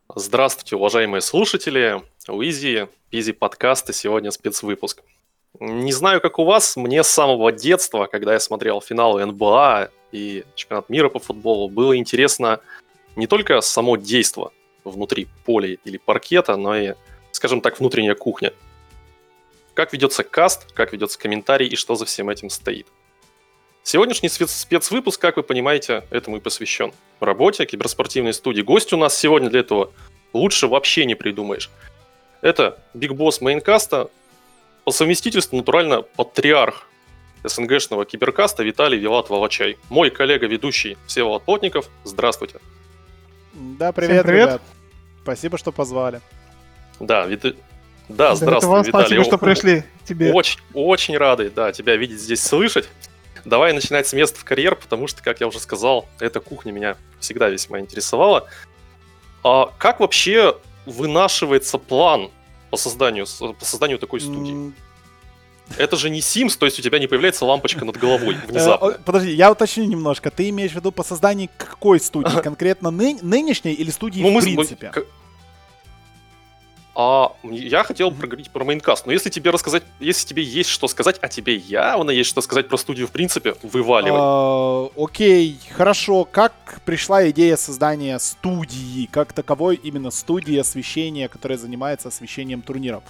Здравствуйте, уважаемые слушатели. У Изи подкаста сегодня спецвыпуск. Не знаю, как у вас, мне с самого детства, когда я смотрел финалы НБА и чемпионат мира по футболу, было интересно не только само действо внутри поля или паркета, но и, скажем так, внутренняя кухня. Как ведется каст, как ведется комментарий и что за всем этим стоит. Сегодняшний спецвыпуск, как вы понимаете, этому и посвящен. Работе киберспортивной студии. Гость у нас сегодня для этого лучше вообще не придумаешь. Это Big Boss мейнкаста, по совместительству натурально патриарх СНГшного киберкаста Виталий Вилат-Волочай. Мой коллега-ведущий Всеволод Плотников. Здравствуйте. Да, привет, ребят. Спасибо, что позвали. Да, здравствуй, Виталий. Спасибо, что пришли. Тебе. Очень рады, тебя видеть здесь, слышать. Давай начинать с места в карьер, потому что, как я уже сказал, эта кухня меня всегда весьма интересовала. А как вообще вынашивается план по созданию такой студии? Это же не Sims, то есть у тебя не появляется лампочка над головой внезапно. Подожди, я уточню немножко. Ты имеешь в виду по созданию какой студии? Конкретно нынешней или студии в принципе? Я хотел проговорить про мейнкаст, но если тебе есть что сказать, а тебе явно есть что сказать про студию в принципе, вываливай. Окей, хорошо. Как пришла идея создания студии, как таковой именно студии освещения, которая занимается освещением турниров?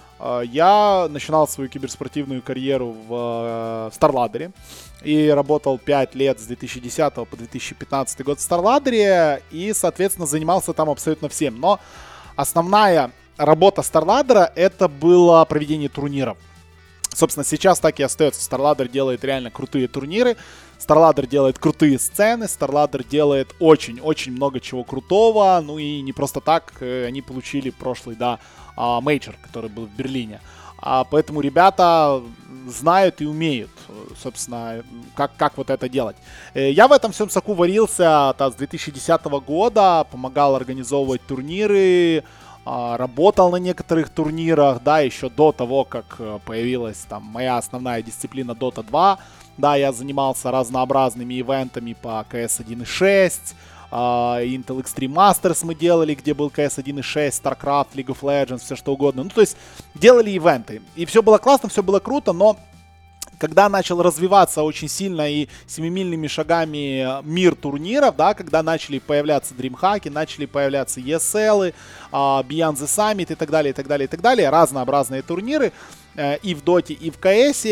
Я начинал свою киберспортивную карьеру в StarLadder и работал 5 лет с 2010 по 2015 год в StarLadder и, соответственно, занимался там абсолютно всем. Но основная работа StarLadder это было проведение турниров. Собственно, сейчас так и остается. StarLadder делает реально крутые турниры. StarLadder делает крутые сцены. StarLadder делает очень-очень много чего крутого. Ну и не просто так они получили прошлый, мейджор, который был в Берлине. Поэтому ребята знают и умеют, собственно, как вот это делать. Я в этом всем соку варился с 2010 года. Помогал организовывать турниры. Работал на некоторых турнирах, еще до того, как появилась там моя основная дисциплина Dota 2. Я занимался разнообразными ивентами по CS 1.6, Intel Extreme Masters мы делали, где был CS 1.6, StarCraft, League of Legends, все что угодно. Ну, то есть, делали ивенты. И все было классно, все было круто, но когда начал развиваться очень сильно и семимильными шагами мир турниров, когда начали появляться DreamHack, начали появляться ESL, Beyond the Summit и так далее, разнообразные турниры и в Доте, и в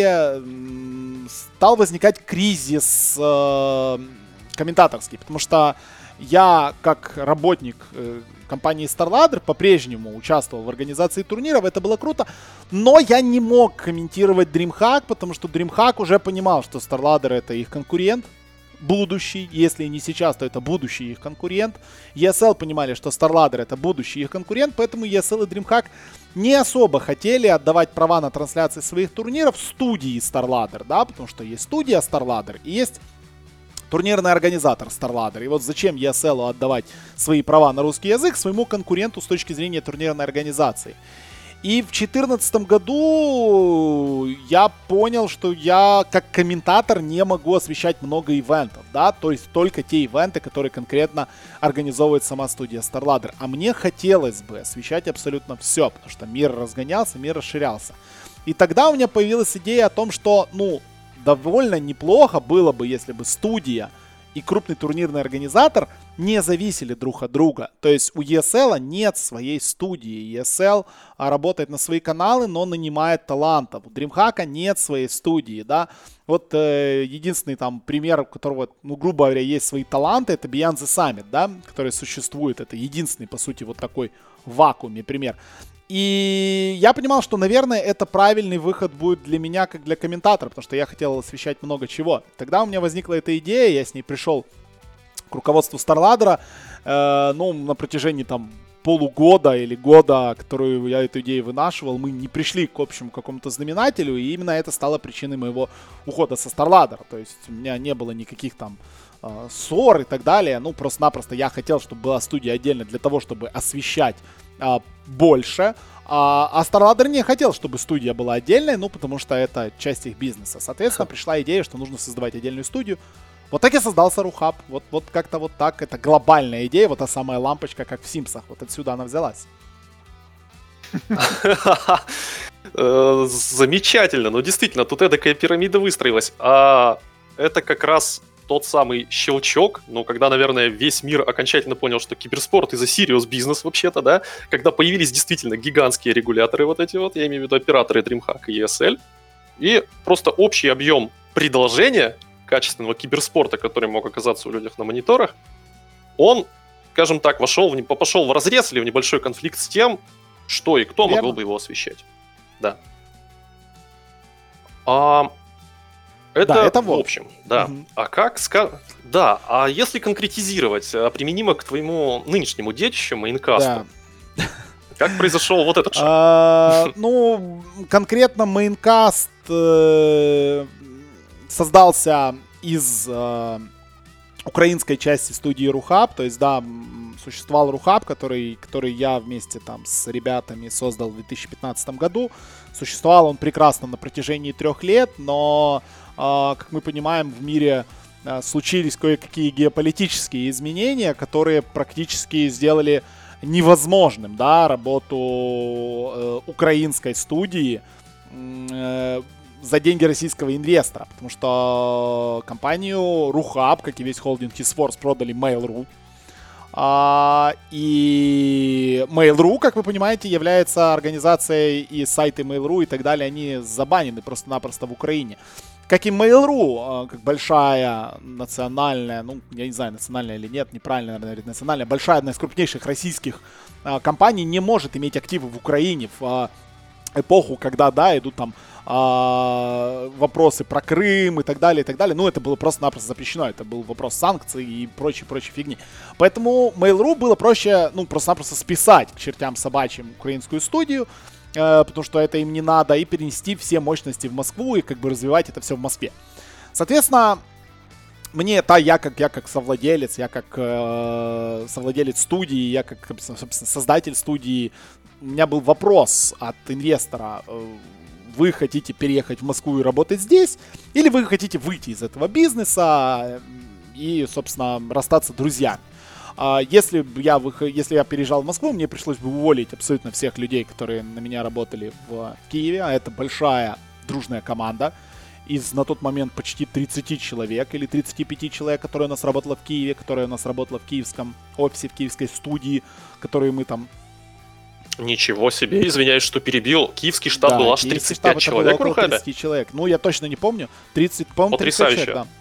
CS, стал возникать кризис комментаторский, потому что я, как работник компании StarLadder, по-прежнему участвовал в организации турниров, это было круто, но я не мог комментировать DreamHack, потому что DreamHack уже понимал, что StarLadder это их конкурент, будущий, если не сейчас, то это будущий их конкурент. ESL понимали, что StarLadder это будущий их конкурент, поэтому ESL и DreamHack не особо хотели отдавать права на трансляции своих турниров студии StarLadder, потому что есть студия StarLadder и есть турнирный организатор StarLadder. И вот зачем ESL отдавать свои права на русский язык своему конкуренту с точки зрения турнирной организации. И в 2014 году я понял, что я как комментатор не могу освещать много ивентов, то есть только те ивенты, которые конкретно организовывает сама студия StarLadder. А мне хотелось бы освещать абсолютно все, потому что мир разгонялся, мир расширялся. И тогда у меня появилась идея о том, что, довольно неплохо было бы, если бы студия и крупный турнирный организатор не зависели друг от друга. То есть у ESL нет своей студии. ESL работает на свои каналы, но нанимает талантов. У DreamHack нет своей студии, Вот единственный там пример, у которого, грубо говоря, есть свои таланты, это Beyond the Summit, который существует. Это единственный, по сути, вот такой в вакууме пример. И я понимал, что, наверное, это правильный выход будет для меня, как для комментатора, потому что я хотел освещать много чего. Тогда у меня возникла эта идея, я с ней пришел к руководству StarLadder, на протяжении полугода или года, которую я эту идею вынашивал, мы не пришли к общему какому-то знаменателю, и именно это стало причиной моего ухода со StarLadder. То есть у меня не было никаких ссор и так далее, просто-напросто я хотел, чтобы была студия отдельно для того, чтобы освещать больше, а StarLadder не хотел, чтобы студия была отдельной, потому что это часть их бизнеса. Соответственно, пришла идея, что нужно создавать отдельную студию. Вот так и создался Рухаб. Вот как-то вот так. Это глобальная идея, вот та самая лампочка, как в Симсах. Вот отсюда она взялась. Замечательно. Ну, действительно, тут эдакая пирамида выстроилась. А это как раз тот самый щелчок, ну, когда, наверное, весь мир окончательно понял, что киберспорт из-за serious бизнес вообще-то, да, когда появились действительно гигантские регуляторы вот эти вот, я имею в виду операторы DreamHack и ESL, и просто общий объем предложения качественного киберспорта, который мог оказаться у людей на мониторах, он, скажем так, пошел в разрез или в небольшой конфликт с тем, что и кто могл бы его освещать. Да. Это в общем, да. Угу. Да, а если конкретизировать, применимо к твоему нынешнему детищу, мейнкасту, да. Как произошел вот этот шаг? Ну, конкретно мейнкаст создался из украинской части студии Рухаб, то есть, да, существовал Рухаб, который я вместе там с ребятами создал в 2015 году. Существовал он прекрасно на протяжении 3 лет, но, как мы понимаем, в мире случились кое-какие геополитические изменения, которые практически сделали невозможным, да, работу украинской студии за деньги российского инвестора, потому что компанию Рухаб, как и весь холдинг T-Force, продали Mail.ru. И Mail.ru, как вы понимаете, является организацией, и сайты Mail.ru и так далее, они забанены просто-напросто в Украине. Как и Mail.ru, как большая национальная, ну, я не знаю, национальная или нет, неправильно, наверное, говорить национальная, большая, одна из крупнейших российских компаний не может иметь активы в Украине в эпоху, когда, да, идут там вопросы про Крым и так далее, и так далее. Ну, это было просто-напросто запрещено. Это был вопрос санкций и прочей фигни. Поэтому Mail.ru было проще, ну, просто-напросто списать к чертям собачьим украинскую студию, потому что это им не надо, и перенести все мощности в Москву и как бы развивать это все в Москве. Соответственно, мне я как совладелец, я как совладелец студии, я как, собственно, создатель студии, у меня был вопрос от инвестора: вы хотите переехать в Москву и работать здесь, или вы хотите выйти из этого бизнеса и, собственно, расстаться друзьями? Если я переезжал в Москву, мне пришлось бы уволить абсолютно всех людей, которые на меня работали в Киеве, а это большая дружная команда из на тот момент почти 30 человек или 35 человек, которая у нас работала в Киеве, которая у нас работала в киевском офисе, в киевской студии, которые мы там... Ничего себе, извиняюсь, что перебил. Киевский штат был аж 35 человек в Рухабе. 30 человек. Ну, я точно не помню. 30, по-моему, 30 человек, да.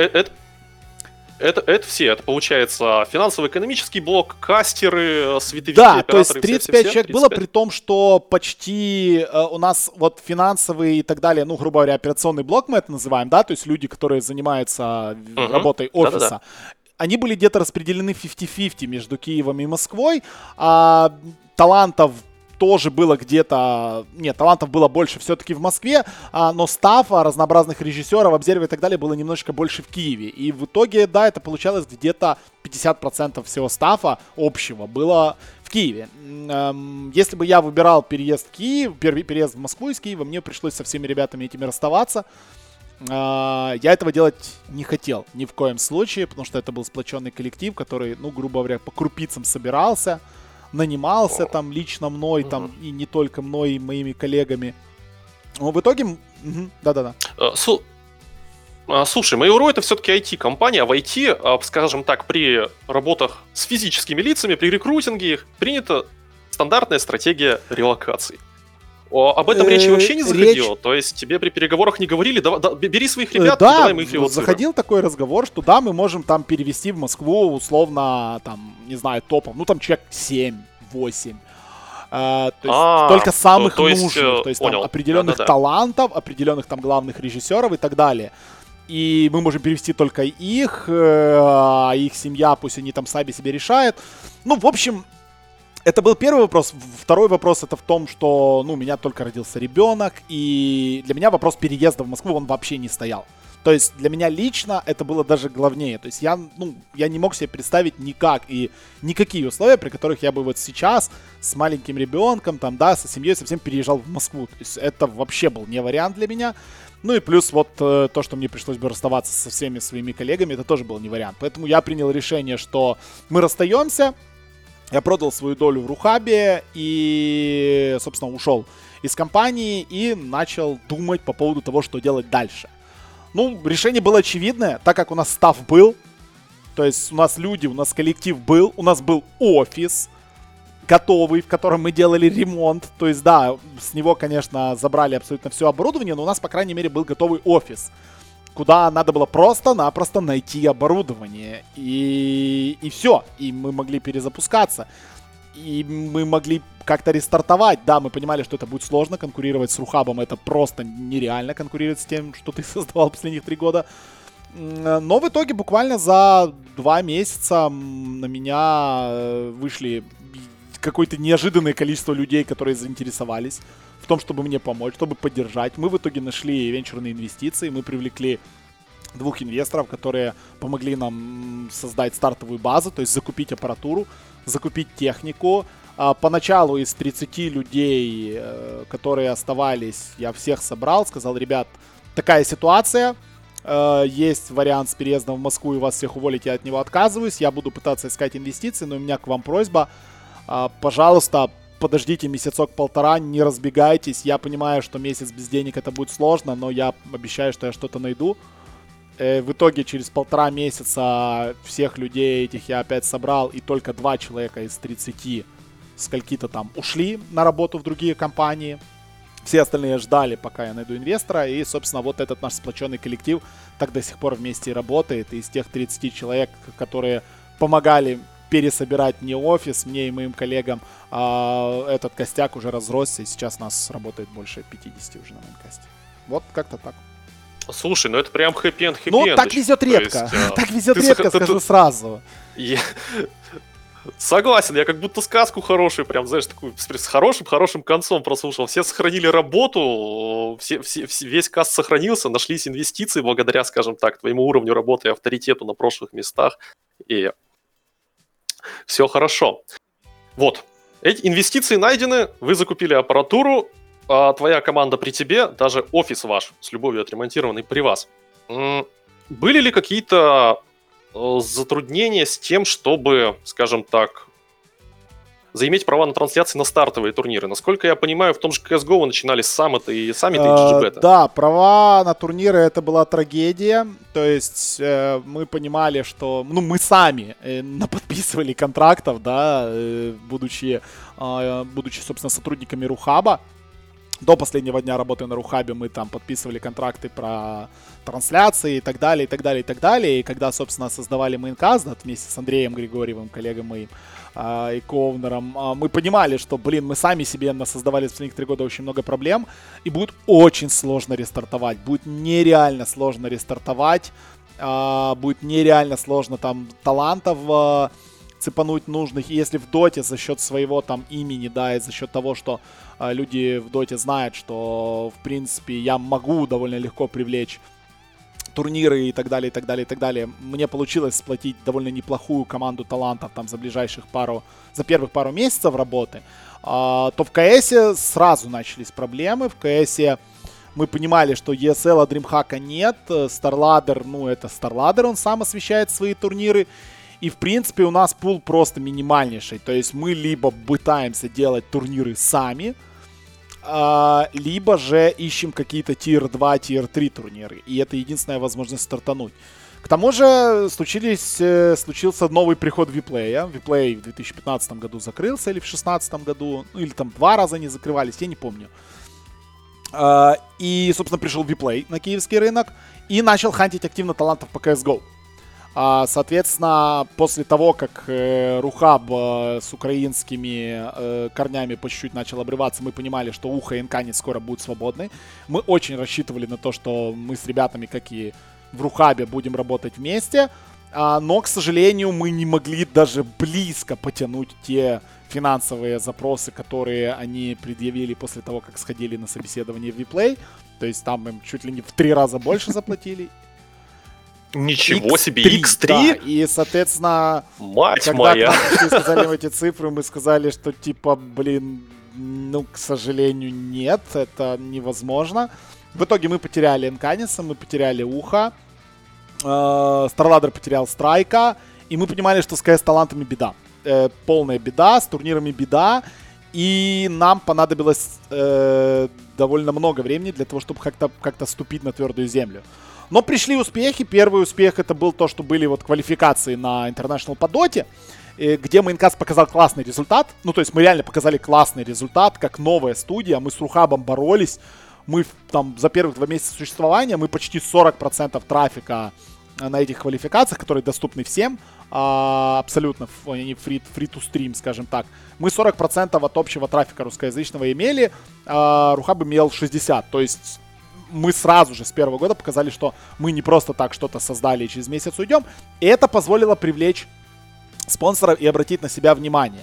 Это все. Это, получается, финансово-экономический блок, кастеры, световики, да, операторы. Да, то есть 35 человек 35? Было, при том, что почти у нас вот финансовый и так далее, ну, грубо говоря, операционный блок мы это называем, да, то есть люди, которые занимаются работой офиса. Да-да-да. Они были где-то распределены 50-50 между Киевом и Москвой, а талантов тоже было где-то... Нет, талантов было больше все-таки в Москве, но стафа, разнообразных режиссеров, обзервов и так далее было немножечко больше в Киеве. И в итоге, да, это получалось где-то 50% всего стафа общего было в Киеве. Если бы я выбирал переезд в Киев, переезд в Москву из Киева, мне пришлось со всеми ребятами этими расставаться. Я этого делать не хотел ни в коем случае, потому что это был сплоченный коллектив, который, ну, грубо говоря, по крупицам собирался, нанимался там лично мной, там, и не только мной, и моими коллегами. Но в итоге... Да-да-да. Слушай, Mail.ru это все-таки IT-компания, а в IT, скажем так, при работах с физическими лицами, при рекрутинге их принята стандартная стратегия релокации. Об этом речи вообще не заходило? То есть тебе при переговорах не говорили: бери своих ребят, давай мы их релоцируем? Да, заходил такой разговор, что да, мы можем там перевести в Москву условно, там, не знаю, топом, ну там человек 7-8. То есть только самых нужных, то есть там определенных талантов, определенных там главных режиссеров и так далее. И мы можем перевести только их, а их семья, пусть они там сами себе решают. Ну, в общем... Это был первый вопрос. Второй вопрос это в том, что, ну, у меня только родился ребенок, и для меня вопрос переезда в Москву, он вообще не стоял. То есть для меня лично это было даже главнее. То есть я не мог себе представить никак и никакие условия, при которых я бы вот сейчас с маленьким ребенком, там, да, со семьей совсем переезжал в Москву. То есть это вообще был не вариант для меня. Ну и плюс вот то, что мне пришлось бы расставаться со всеми своими коллегами, это тоже был не вариант. Поэтому я принял решение, что мы расстаемся. Я продал свою долю в Рухабе и, собственно, ушел из компании и начал думать по поводу того, что делать дальше. Ну, решение было очевидное, так как у нас став был, то есть у нас люди, у нас коллектив был, у нас был офис готовый, в котором мы делали ремонт. То есть, да, с него, конечно, забрали абсолютно все оборудование, но у нас, по крайней мере, был готовый офис, куда надо было просто-напросто найти оборудование. И все. И мы могли перезапускаться. И мы могли как-то рестартовать. Да, мы понимали, что это будет сложно. Конкурировать с Рухабом это просто нереально. Конкурировать с тем, что ты создавал последних 3 года. Но в итоге буквально за 2 месяца на меня вышли какое-то неожиданное количество людей, которые заинтересовались в том, чтобы мне помочь, чтобы поддержать. Мы в итоге нашли венчурные инвестиции. Мы привлекли 2 инвесторов, которые помогли нам создать стартовую базу, то есть закупить аппаратуру, закупить технику. Поначалу из 30 людей, которые оставались, я всех собрал, сказал: ребят, такая ситуация, есть вариант с переездом в Москву и вас всех уволить, я от него отказываюсь, я буду пытаться искать инвестиции, но у меня к вам просьба, пожалуйста, подождите месяцок-полтора, не разбегайтесь, я понимаю, что месяц без денег это будет сложно, но я обещаю, что я что-то найду. В итоге через 1,5 месяца всех людей этих я опять собрал, и только 2 человека из 30 скольки-то там ушли на работу в другие компании. Все остальные ждали, пока я найду инвестора, и, собственно, вот этот наш сплоченный коллектив так до сих пор вместе и работает. И из тех 30 человек, которые помогали пересобирать мне офис, мне и моим коллегам, этот костяк уже разросся, и сейчас нас работает больше 50 уже на мейнкасте. Вот как-то так. Слушай, ну это прям хэппи-энд. Ну, так везет редко. Так везет редко, скажу сразу. Согласен, я как будто сказку хорошую, прям, знаешь, такую с хорошим концом прослушал. Все сохранили работу, весь каст сохранился, нашлись инвестиции благодаря, скажем так, твоему уровню работы и авторитету на прошлых местах. И все хорошо. Вот, эти инвестиции найдены, вы закупили аппаратуру, а твоя команда при тебе, даже офис ваш с любовью отремонтированный при вас. Были ли какие-то затруднения с тем, чтобы, скажем так, заиметь права на трансляции на стартовые турниры? Насколько я понимаю, в том же CSGO вы начинали с Саммита и GG-бета. Да, права на турниры — это была трагедия. То есть мы понимали, что... Ну, мы сами наподписывали контрактов, да, будучи, собственно, сотрудниками Рухаба. До последнего дня работы на Рухабе мы там подписывали контракты про трансляции и так далее, и так далее, и так далее. И когда, собственно, создавали мейнкаст вместе с Андреем Григорьевым, коллегой моим, и Ковнером, мы понимали, что, мы сами себе создавали в последних 3 года очень много проблем, и будет очень сложно рестартовать. Будет нереально сложно рестартовать. Будет нереально сложно там талантов цепануть нужных. И если в доте за счет своего там имени, да, и за счет того, что люди в доте знают, что, в принципе, я могу довольно легко привлечь турниры и так далее, и так далее, и так далее. Мне получилось сплотить довольно неплохую команду талантов там за первых пару месяцев работы. То в КСе сразу начались проблемы. В КСе мы понимали, что ESL, DreamHack нет. StarLadder, это StarLadder, он сам освещает свои турниры. И, в принципе, у нас пул просто минимальнейший. То есть мы либо пытаемся делать турниры сами, либо же ищем какие-то Tier 2, Tier 3 турниры. И это единственная возможность стартануть. К тому же случился новый приход Виплея. Виплей в 2015 году закрылся, или в 2016 году, или там 2 раза не закрывались, я не помню. И, собственно, пришел Виплей на киевский рынок и начал хантить активно талантов по CSGO. Соответственно, после того, как Рухаб с украинскими корнями по чуть-чуть начал обрываться, мы понимали, что у ХНК не скоро будет свободны. Мы очень рассчитывали на то, что мы с ребятами, как и в Рухабе, будем работать вместе. Но, к сожалению, мы не могли даже близко потянуть те финансовые запросы, которые они предъявили после того, как сходили на собеседование в Виплей. То есть там им чуть ли не в 3 раза больше заплатили. Ничего себе, X3. Да, X3? и, соответственно, Мать когда моя! к нам пришли и сказали эти цифры, мы сказали, что типа, ну, к сожалению, нет, это невозможно. В итоге мы потеряли Энканиса, мы потеряли Ухо, Старладдер потерял Страйка, и мы понимали, что с КС талантами беда. Полная беда, с турнирами беда, и нам понадобилось довольно много времени для того, чтобы как-то ступить на твердую землю. Но пришли успехи. Первый успех это был то, что были вот квалификации на International по доте, где Майнкаст показал классный результат. Ну, то есть мы реально показали классный результат, как новая студия. Мы с Рухабом боролись. Мы там за первых 2 месяца существования, мы почти 40% трафика на этих квалификациях, которые доступны всем, абсолютно, они free-to-stream, скажем так. Мы 40% от общего трафика русскоязычного имели, Рухаб имел 60%. То есть мы сразу же с первого года показали, что мы не просто так что-то создали и через месяц уйдем. И это позволило привлечь спонсоров и обратить на себя внимание.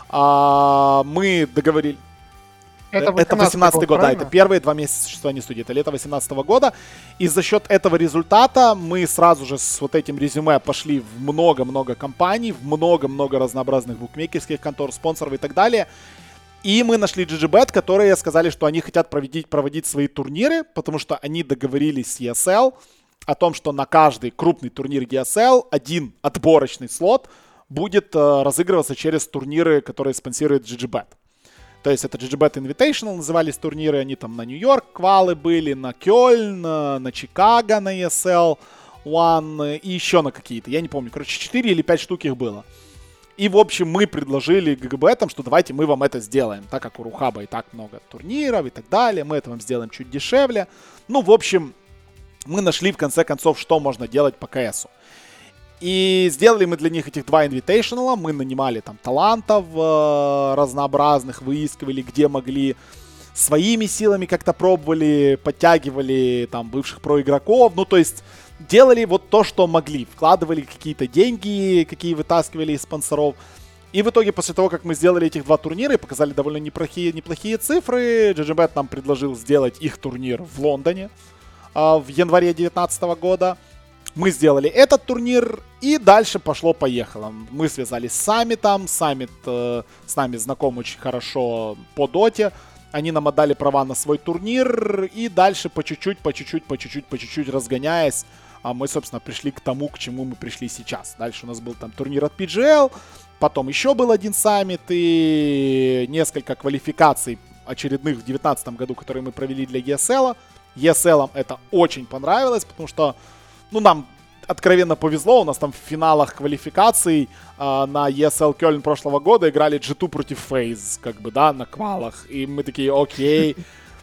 Мы договорились... Это 18-й год, да, это первые 2 месяца существования студии, это лето 18-го года. И за счет этого результата мы сразу же с вот этим резюме пошли в много-много компаний, в много-много разнообразных букмекерских контор, спонсоров и так далее. И мы нашли GGBet, которые сказали, что они хотят проводить свои турниры, потому что они договорились с ESL о том, что на каждый крупный турнир ESL один отборочный слот будет разыгрываться через турниры, которые спонсирует GGBet. То есть это GGBet Invitational назывались турниры, они там на Нью-Йорк квалы были, на Кёльн, на Чикаго, на ESL One и еще на какие-то, я не помню, короче 4 или 5 штук их было. И в общем мы предложили GGBet, что давайте мы вам это сделаем, так как у Рухаба и так много турниров и так далее, мы это вам сделаем чуть дешевле. Ну в общем мы нашли в конце концов, что можно делать по КСу. И сделали мы для них этих 2 Invitational, мы нанимали там талантов разнообразных, выискивали, где могли, своими силами как-то пробовали, подтягивали там бывших проигроков, ну то есть делали вот то, что могли, вкладывали какие-то деньги, какие вытаскивали из спонсоров. И в итоге после того, как мы сделали этих 2 турнира и показали довольно неплохие цифры, GGBet нам предложил сделать их турнир в Лондоне в январе 2019 года. Мы сделали этот турнир, и дальше пошло-поехало. Мы связались с Саммитом, Саммит с нами знаком очень хорошо по доте. Они нам отдали права на свой турнир, и дальше по чуть-чуть разгоняясь, мы, собственно, пришли к тому, к чему мы пришли сейчас. Дальше у нас был там турнир от PGL, потом еще был один Саммит, и несколько квалификаций очередных в 2019 году, которые мы провели для ESL. ESL это очень понравилось, потому что ну, нам откровенно повезло, у нас там в финалах квалификаций на ESL Кёльн прошлого года играли G2 против FaZe, как бы, да, на квалах. И мы такие, окей,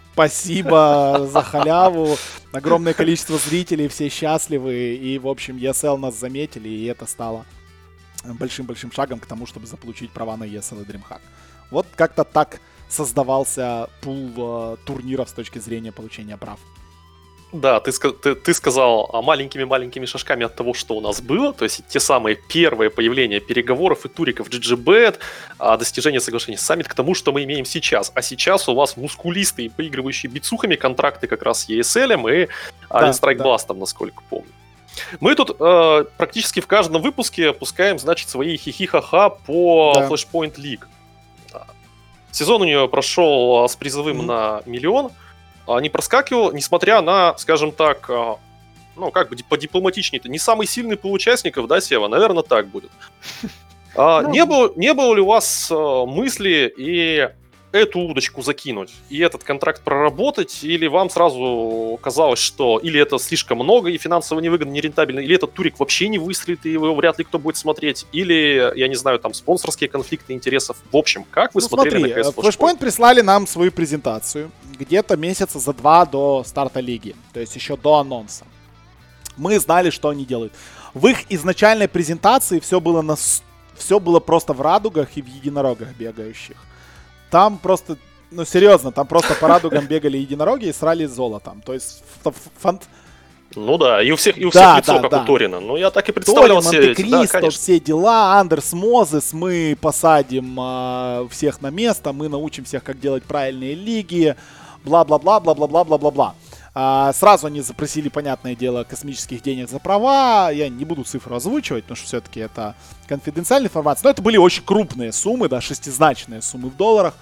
спасибо за халяву, огромное количество зрителей, все счастливы. И, в общем, ESL нас заметили, и это стало большим-большим шагом к тому, чтобы заполучить права на ESL и DreamHack. Вот как-то так создавался пул турниров с точки зрения получения прав. Да, ты сказал маленькими-маленькими шажками от того, что у нас было, то есть те самые первые появления переговоров и туриков GGBet, достижение соглашений с Summit к тому, что мы имеем сейчас. А сейчас у вас мускулистые, поигрывающие бицухами контракты как раз с ESL и Strike Blast, насколько помню. Мы тут практически в каждом выпуске опускаем, значит, свои хихи-ха-ха по Flashpoint League. Сезон у нее прошел с призовым на 1 миллион. Не проскакивал, несмотря на, скажем так, ну, как бы по-дипломатичнее-то, не самый сильный пул участников, да, Сева? Наверное, так будет. Не было ли у вас мысли и эту удочку закинуть, и этот контракт проработать, или вам сразу казалось, что или это слишком много, и финансово невыгодно, нерентабельно, или этот турик вообще не выстрелит, и его вряд ли кто будет смотреть, или, я не знаю, там, спонсорские конфликты интересов. В общем, как вы смотрели на CS Flashpoint? Flashpoint прислали нам свою презентацию где-то месяца за 2 до старта лиги, то есть еще до анонса. Мы знали, что они делают. В их изначальной презентации все было просто в радугах и в единорогах бегающих. Там просто, ну серьезно, там просто по радугам бегали единороги и срали золотом. То есть ну да, и у всех лицо, как у Торина. Ну я так и представлял себе. Да, конечно. Все дела, Андерс Мозес, мы посадим всех на место, мы научим всех, как делать правильные лиги, бла-бла-бла, бла-бла-бла, бла-бла-бла. Сразу они запросили, понятное дело, космических денег за права. Я не буду цифру озвучивать, потому что все-таки это конфиденциальная информация. Но это были очень крупные суммы, да, шестизначные суммы в долларах.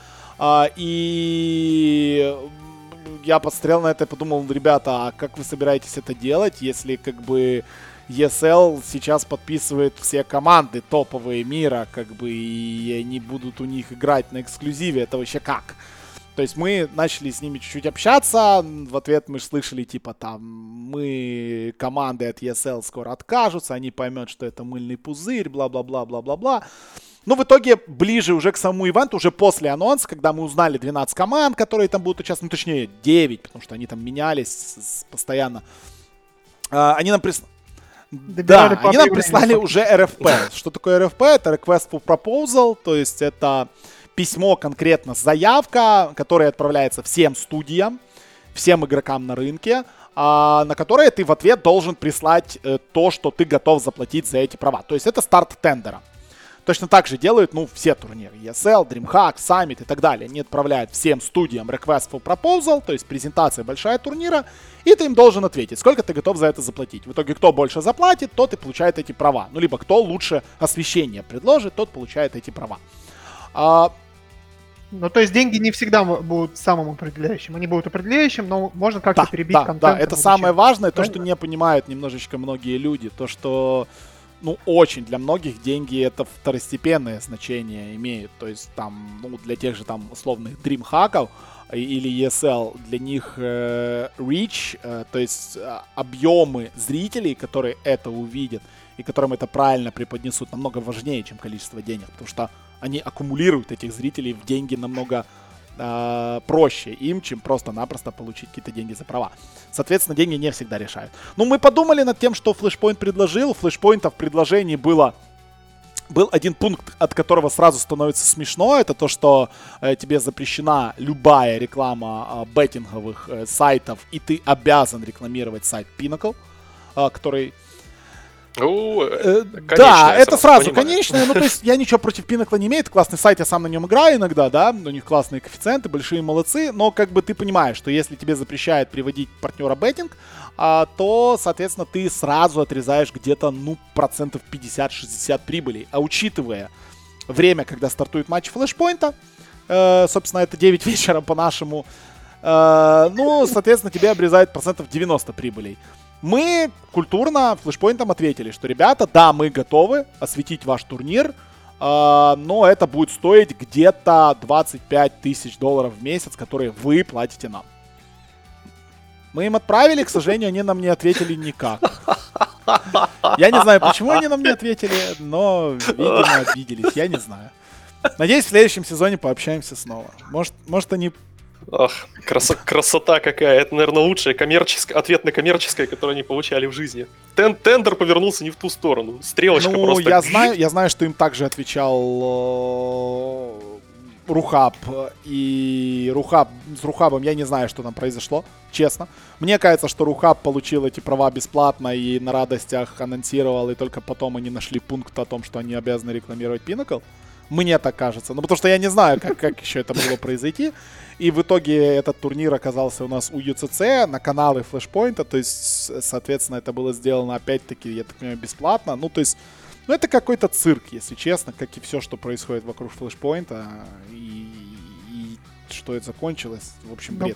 И я посмотрел на это и подумал, ребята, а как вы собираетесь это делать, если как бы ESL сейчас подписывает все команды топовые мира, как бы, и они будут у них играть на эксклюзиве, это вообще как? То есть мы начали с ними чуть-чуть общаться, в ответ мы слышали, типа, там, мы, команды от ESL скоро откажутся, они поймут, что это мыльный пузырь, бла-бла-бла-бла-бла-бла. Ну, в итоге, ближе уже к самому ивенту, уже после анонса, когда мы узнали 12 команд, которые там будут участвовать, ну, точнее, 9, потому что они там менялись постоянно, они нам они нам прислали уже RFP. Что такое RFP? Это Request for Proposal, то есть это письмо конкретно, заявка, которая отправляется всем студиям, всем игрокам на рынке, на которое ты в ответ должен прислать то, что ты готов заплатить за эти права. То есть это старт тендера. Точно так же делают, ну, все турниры. ESL, DreamHack, Summit и так далее. Они отправляют всем студиям Request for Proposal, то есть презентация большая турнира, и ты им должен ответить, сколько ты готов за это заплатить. В итоге, кто больше заплатит, тот и получает эти права. Ну, либо кто лучше освещение предложит, тот получает эти права. Ну, то есть деньги не всегда будут самым определяющим. Они будут определяющим, но можно как-то перебить контент. Да, это самое важное, то, что не понимают немножечко многие люди. То, что, ну, очень для многих деньги это второстепенное значение имеют. То есть там, ну, для тех же там условных DreamHack'ов или ESL, для них reach, то есть объемы зрителей, которые это увидят и которым это правильно преподнесут, намного важнее, чем количество денег. Потому что они аккумулируют этих зрителей в деньги намного проще им, чем просто-напросто получить какие-то деньги за права. Соответственно, деньги не всегда решают. Ну, мы подумали над тем, что Flashpoint предложил. Flashpoint в предложении был один пункт, от которого сразу становится смешно. Это то, что тебе запрещена любая реклама беттинговых сайтов, и ты обязан рекламировать сайт Pinnacle, который... Да, это сразу понимаю. Конечное. Ну, то есть я ничего против Pinnacle не имею. Это классный сайт, я сам на нем играю иногда, да. У них классные коэффициенты, большие молодцы. Но как бы ты понимаешь, что если тебе запрещают приводить партнера беттинг, то, соответственно, ты сразу отрезаешь где-то, ну, процентов 50-60 прибыли. А учитывая время, когда стартует матч флешпоинта, собственно, это 9 вечера по-нашему, ну, соответственно, тебе обрезают процентов 90 прибылей. Мы культурно флешпоинтом ответили, что, ребята, да, мы готовы осветить ваш турнир, но это будет стоить где-то $25 тысяч в месяц, которые вы платите нам. Мы им отправили, к сожалению, они нам не ответили никак. Я не знаю, почему они нам не ответили, но, видимо, обиделись, я не знаю. Надеюсь, в следующем сезоне пообщаемся снова. Может они... Ах, красота какая. Это, наверное, лучшая ответ на коммерческое, которое они получали в жизни. Тендер повернулся не в ту сторону. Стрелочка просто... Я знаю, что им также отвечал Рухаб. И с Рухабом я не знаю, что там произошло, честно. Мне кажется, что Рухаб получил эти права бесплатно и на радостях анонсировал, и только потом они нашли пункт о том, что они обязаны рекламировать Pinnacle. Мне так кажется. Ну, потому что я не знаю, как еще это могло произойти. И в итоге этот турнир оказался у нас у UCC на канале Flashpoint. То есть, соответственно, это было сделано, опять-таки, я так понимаю, бесплатно. Ну, то есть, ну, это какой-то цирк, если честно, как и все, что происходит вокруг Flashpoint. И что это закончилось. В общем, бред.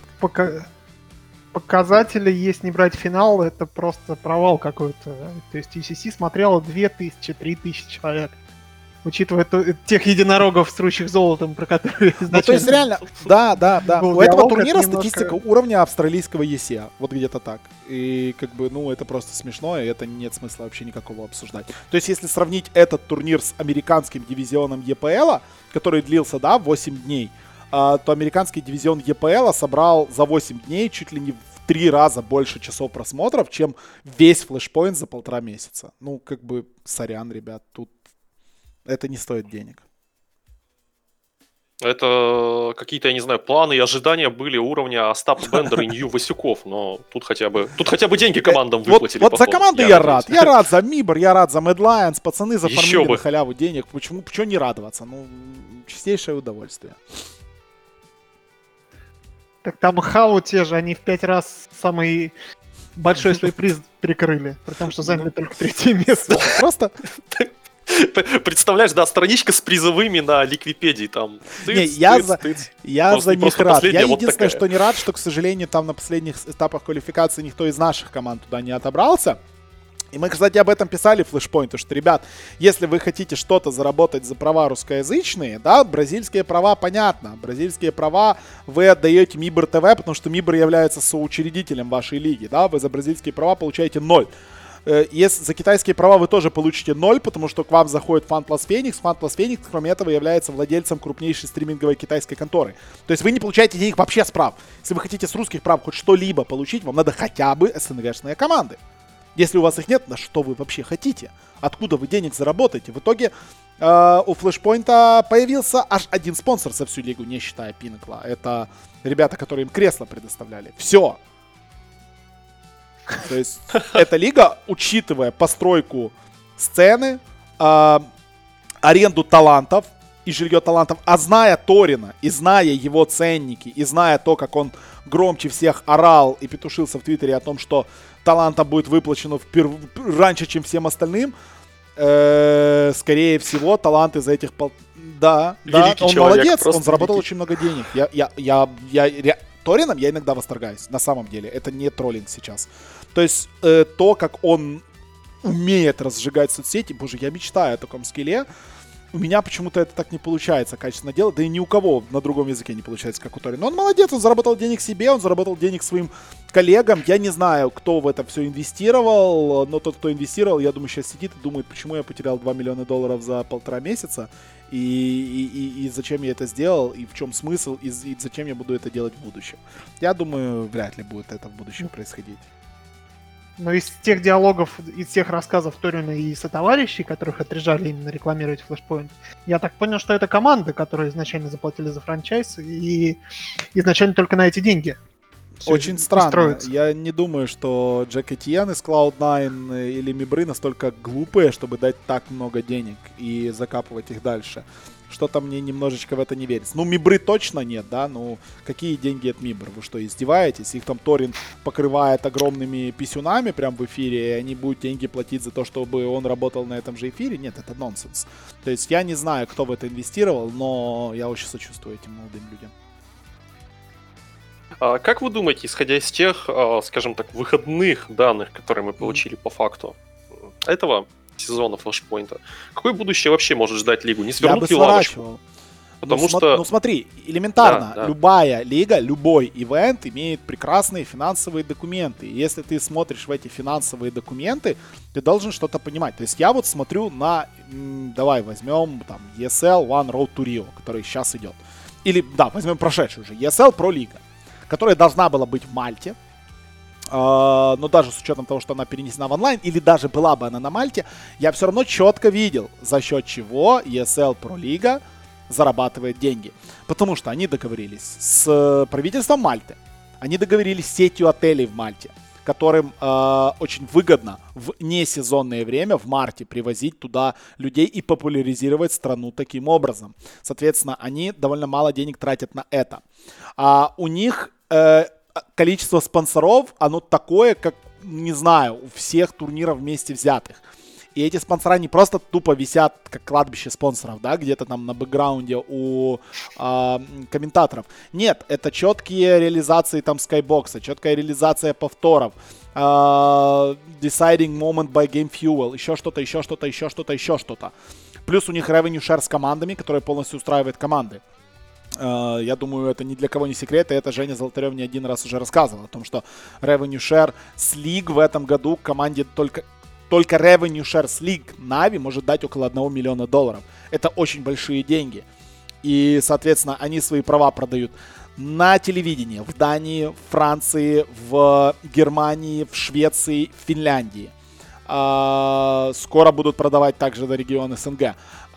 Показатели, если не брать финал, это просто провал какой-то. То есть, UCC смотрело 2000-3000 человек. Учитывая тех единорогов, струщих золотом, про которые изначально... Ну, то есть реально, да. У этого турнира статистика уровня австралийского ESEA. Вот где-то так. И как бы, ну, это просто смешно, и это нет смысла вообще никакого обсуждать. То есть, если сравнить этот турнир с американским дивизионом EPL, который длился, да, 8 дней, то американский дивизион EPL собрал за 8 дней чуть ли не в 3 раза больше часов просмотров, чем весь Flashpoint за 1,5 месяца. Ну, как бы, сорян, ребят, тут это не стоит денег. Это какие-то, я не знаю, планы и ожидания были уровня Остапа Бендера и Нью Васюков, но тут хотя бы деньги командам выплатили. Вот за команду я рад. Я рад за Мибор, я рад за Mad Lions. Пацаны зафармили на халяву денег. Почему не радоваться? Ну, чистейшее удовольствие. Так там Хау те же, они в 5 раз самый большой свой приз прикрыли, при том, что заняли только 3-е место. Просто... Представляешь, да, страничка с призовыми на Ликвипедии там. Я за них рад. Я единственное, такая. что не рад, что, к сожалению, там на последних этапах квалификации никто из наших команд туда не отобрался. И мы, кстати, об этом писали в Flashpoint, что, ребят, если вы хотите что-то заработать за права русскоязычные, да, бразильские права, понятно. Бразильские права вы отдаете Мибр ТВ, потому что Мибр является соучредителем вашей лиги, да, вы за бразильские права получаете 0. Если за китайские права вы тоже получите 0, потому что к вам заходит FunPlus Phoenix. FunPlus Phoenix, кроме этого, является владельцем крупнейшей стриминговой китайской конторы. То есть вы не получаете денег вообще с прав. Если вы хотите с русских прав хоть что-либо получить, вам надо хотя бы СНГшные команды. Если у вас их нет, на что вы вообще хотите? Откуда вы денег заработаете? В итоге у Flashpoint появился аж один спонсор за всю лигу, не считая Pinnacle. Это ребята, которые им кресла предоставляли. Все. То есть эта лига, учитывая постройку сцены, аренду талантов и жилье талантов, а зная Торина, и зная его ценники, и зная то, как он громче всех орал и петушился в Твиттере о том, что талантам будет выплачено раньше, чем всем остальным, скорее всего, таланты за этих... Да, он молодец, он заработал очень много денег. Торином я иногда восторгаюсь, на самом деле. Это не троллинг сейчас. То есть то, как он умеет разжигать соцсети, боже, я мечтаю о таком скилле. У меня почему-то это так не получается качественно делать, да и ни у кого на другом языке не получается, как у Торина. Но он молодец, он заработал денег себе, он заработал денег своим коллегам. Я не знаю, кто в это все инвестировал, но тот, кто инвестировал, я думаю, сейчас сидит и думает, почему я потерял $2 миллиона за 1,5 месяца, и зачем я это сделал, и в чем смысл, и зачем я буду это делать в будущем. Я думаю, вряд ли будет это в будущем происходить. Но из тех диалогов, из тех рассказов Торина и сотоварищей, которых отрежали именно рекламировать Flashpoint, я так понял, что это команды, которые изначально заплатили за франчайз и изначально только на эти деньги. Очень странно. Я не думаю, что Джек Этьен из Cloud9 или Мибры настолько глупые, чтобы дать так много денег и закапывать их дальше. Что-то мне немножечко в это не верится. Ну, Мибры точно нет, да? Ну, какие деньги от Мибр? Вы что, издеваетесь? Их там Торин покрывает огромными писюнами прям в эфире, и они будут деньги платить за то, чтобы он работал на этом же эфире? Нет, это нонсенс. То есть я не знаю, кто в это инвестировал, но я очень сочувствую этим молодым людям. Как вы думаете, исходя из тех, скажем так, выходных данных, которые мы получили по факту этого сезона Флэшпоинта, какое будущее вообще может ждать лигу? Не свернут ли лавочку? Потому что... Ну смотри, элементарно, да. Любая лига, любой ивент имеет прекрасные финансовые документы. И если ты смотришь в эти финансовые документы, ты должен что-то понимать. То есть я вот смотрю на, давай возьмем там ESL One Road to Rio, который сейчас идет. Или, да, возьмем прошедшую уже, ESL Pro Liga, которая должна была быть в Мальте. Но даже с учетом того, что она перенесена в онлайн, или даже была бы она на Мальте, я все равно четко видел, за счет чего ESL Pro Liga зарабатывает деньги. Потому что они договорились с правительством Мальты, они договорились с сетью отелей в Мальте, которым очень выгодно в несезонное время, в марте, привозить туда людей и популяризировать страну таким образом. Соответственно, они довольно мало денег тратят на это. У них... количество спонсоров, оно такое, как, не знаю, у всех турниров вместе взятых. И эти спонсора не просто тупо висят, как кладбище спонсоров, да, где-то там на бэкграунде у комментаторов. Нет, это четкие реализации там скайбокса, четкая реализация повторов, deciding moment by game fuel, еще что-то. Плюс у них revenue share с командами, которые полностью устраивают команды. Я думаю, это ни для кого не секрет, и это Женя Золотарев не один раз уже рассказывал о том, что revenue share с League в этом году команде только revenue share с League Na'Vi может дать около $1 миллиона. Это очень большие деньги. И, соответственно, они свои права продают на телевидении в Дании, в Франции, в Германии, в Швеции, в Финляндии. Скоро будут продавать также на регион СНГ.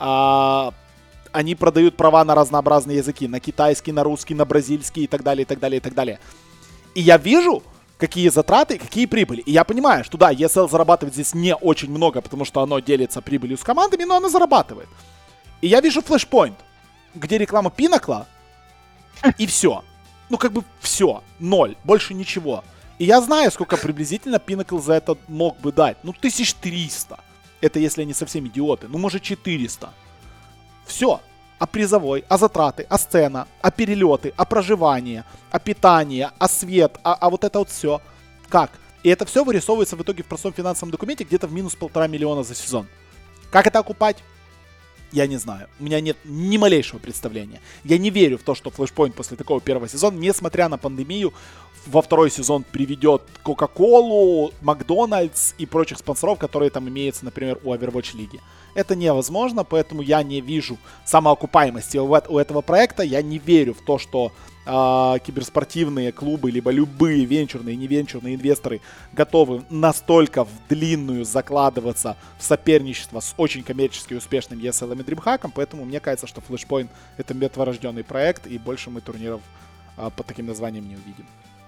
Они продают права на разнообразные языки. На китайский, на русский, на бразильский и так далее, и так далее, и так далее. И я вижу, какие затраты, какие прибыли. И я понимаю, что да, ESL зарабатывает здесь не очень много, потому что оно делится прибылью с командами, но оно зарабатывает. И я вижу Flashpoint, где реклама Pinnacle, и все. Ну, как бы все, 0, больше ничего. И я знаю, сколько приблизительно Pinnacle за это мог бы дать. Ну, 1300. Это если они совсем идиоты. Ну, может, 400. Все. А призовой, а затраты, а сцена, а перелеты, а проживание, а питание, а свет, а вот это вот все. Как? И это все вырисовывается в итоге в простом финансовом документе где-то в минус 1,5 миллиона за сезон. Как это окупать? Я не знаю. У меня нет ни малейшего представления. Я не верю в то, что Flashpoint после такого первого сезона, несмотря на пандемию, во второй сезон приведет Coca-Cola, Макдональдс и прочих спонсоров, которые там имеются, например, у Overwatch лиги. Это невозможно, поэтому я не вижу самоокупаемости у этого проекта. Я не верю в то, что киберспортивные клубы, либо любые венчурные и невенчурные инвесторы готовы настолько в длинную закладываться в соперничество с очень коммерчески успешным ESL и DreamHack, поэтому мне кажется, что Flashpoint — это мертворожденный проект, и больше мы турниров под таким названием не увидим.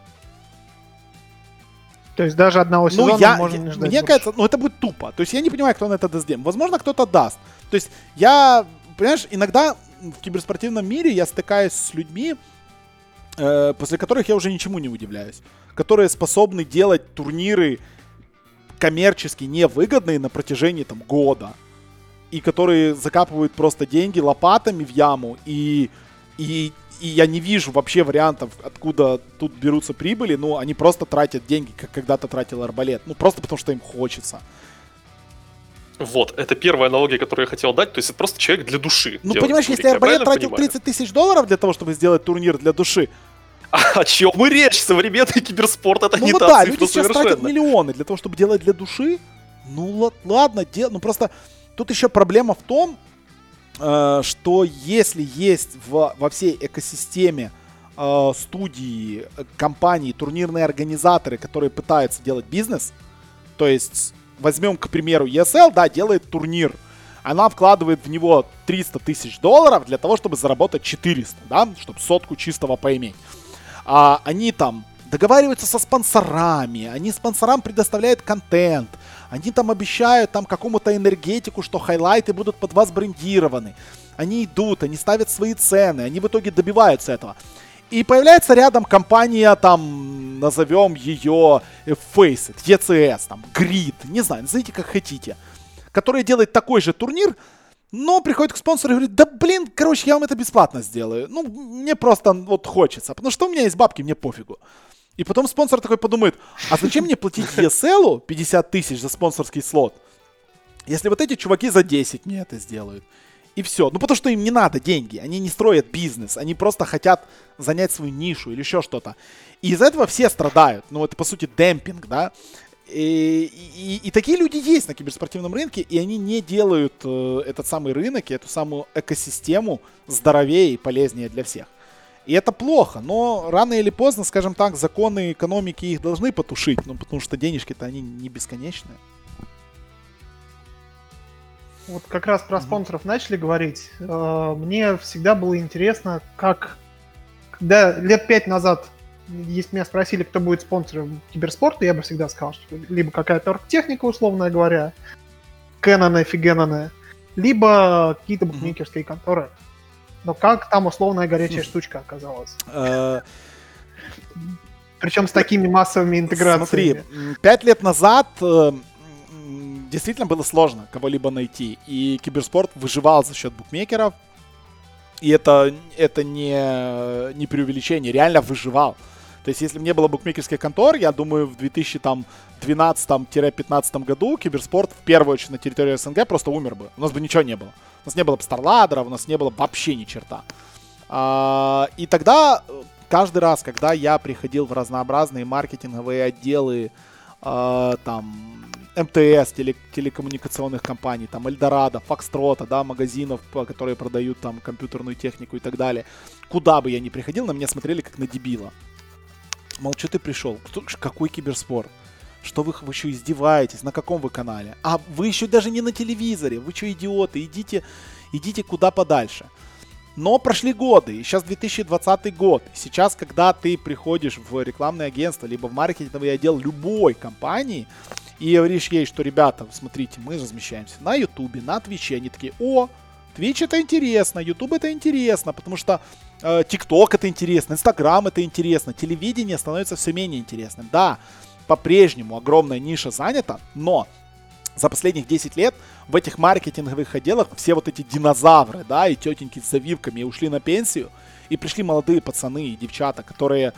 То есть даже одного сезона можно не ждать. Мне кажется, это будет тупо. То есть я не понимаю, кто на это даст деньги. Возможно, кто-то даст. То есть понимаешь, иногда в киберспортивном мире я стыкаюсь с людьми, после которых я уже ничему не удивляюсь, которые способны делать турниры коммерчески невыгодные на протяжении года, и которые закапывают просто деньги лопатами в яму, и я не вижу вообще вариантов, откуда тут берутся прибыли, они просто тратят деньги, как когда-то тратил Арбалет, просто потому что им хочется. Вот, это первая аналогия, которую я хотел дать, то есть это просто человек для души. Понимаешь, если Арбалет тратил $30 тысяч для того, чтобы сделать турнир для души. О чем мы речь? Современный киберспорт — это не та цифра люди сейчас тратят миллионы для того, чтобы делать для души. Ладно, просто тут еще проблема в том, что если есть во всей экосистеме студии, компании, турнирные организаторы, которые пытаются делать бизнес, то есть возьмем, к примеру, ESL, делает турнир, она вкладывает в него $300 тысяч для того, чтобы заработать 400, чтобы 100 чистого поиметь. Они там договариваются со спонсорами, они спонсорам предоставляют контент, они там обещают какому-то энергетику, что хайлайты будут под вас брендированы. Они идут, они ставят свои цены, они в итоге добиваются этого. И появляется рядом компания, назовем ее Faceit, ECS, Grid, не знаю, назовите как хотите, которая делает такой же турнир, но приходит к спонсору и говорит: я вам это бесплатно сделаю. Мне просто хочется, потому что у меня есть бабки, мне пофигу. И потом спонсор такой подумает: а зачем мне платить ESL 50 тысяч за спонсорский слот, если вот эти чуваки за 10 мне это сделают? И все. Потому что им не надо деньги, они не строят бизнес, они просто хотят занять свою нишу или еще что-то. И из-за этого все страдают. Это, по сути, демпинг, да? И такие люди есть на киберспортивном рынке, и они не делают этот самый рынок и эту самую экосистему здоровее и полезнее для всех. И это плохо, но рано или поздно, скажем так, законы экономики их должны потушить, потому что денежки-то они не бесконечные. Вот как раз про спонсоров начали говорить. Мне всегда было интересно, когда лет 5 назад, если меня спросили, кто будет спонсором киберспорта, я бы всегда сказал, что либо какая-то оргтехника, условно говоря, Canon, Фигенона, либо какие-то букмекерские конторы. Но как там условная горячая штучка оказалась? Причем с такими массовыми интеграциями. Смотри, 5 лет назад действительно было сложно кого-либо найти. И киберспорт выживал за счет букмекеров. И это не преувеличение, реально выживал. То есть, если бы не было букмекерских контор, я думаю, в 2012-15 году киберспорт, в первую очередь на территории СНГ, просто умер бы. У нас бы ничего не было. У нас не было бы старладеров, у нас не было вообще ни черта. И тогда, каждый раз, когда я приходил в разнообразные маркетинговые отделы, МТС, телекоммуникационных компаний, Эльдорадо, Фокстрота, магазинов, которые продают компьютерную технику и так далее, куда бы я ни приходил, на меня смотрели как на дебила. Мол, что ты пришел? Какой киберспорт? Что вы еще издеваетесь? На каком вы канале? А вы еще даже не на телевизоре. Вы что, идиоты? Идите куда подальше. Но прошли годы, и сейчас 2020 год. Сейчас, когда ты приходишь в рекламное агентство, либо в маркетинговый отдел любой компании, и говоришь ей, что, ребята, смотрите, мы размещаемся на Ютубе, на Твиче, они такие: о, Twitch это интересно, YouTube это интересно, потому что TikTok это интересно, Instagram это интересно, телевидение становится все менее интересным. Да, по-прежнему огромная ниша занята, но за последних 10 лет в этих маркетинговых отделах все вот эти динозавры, да, и тетеньки с завивками ушли на пенсию, и пришли молодые пацаны и девчата, которые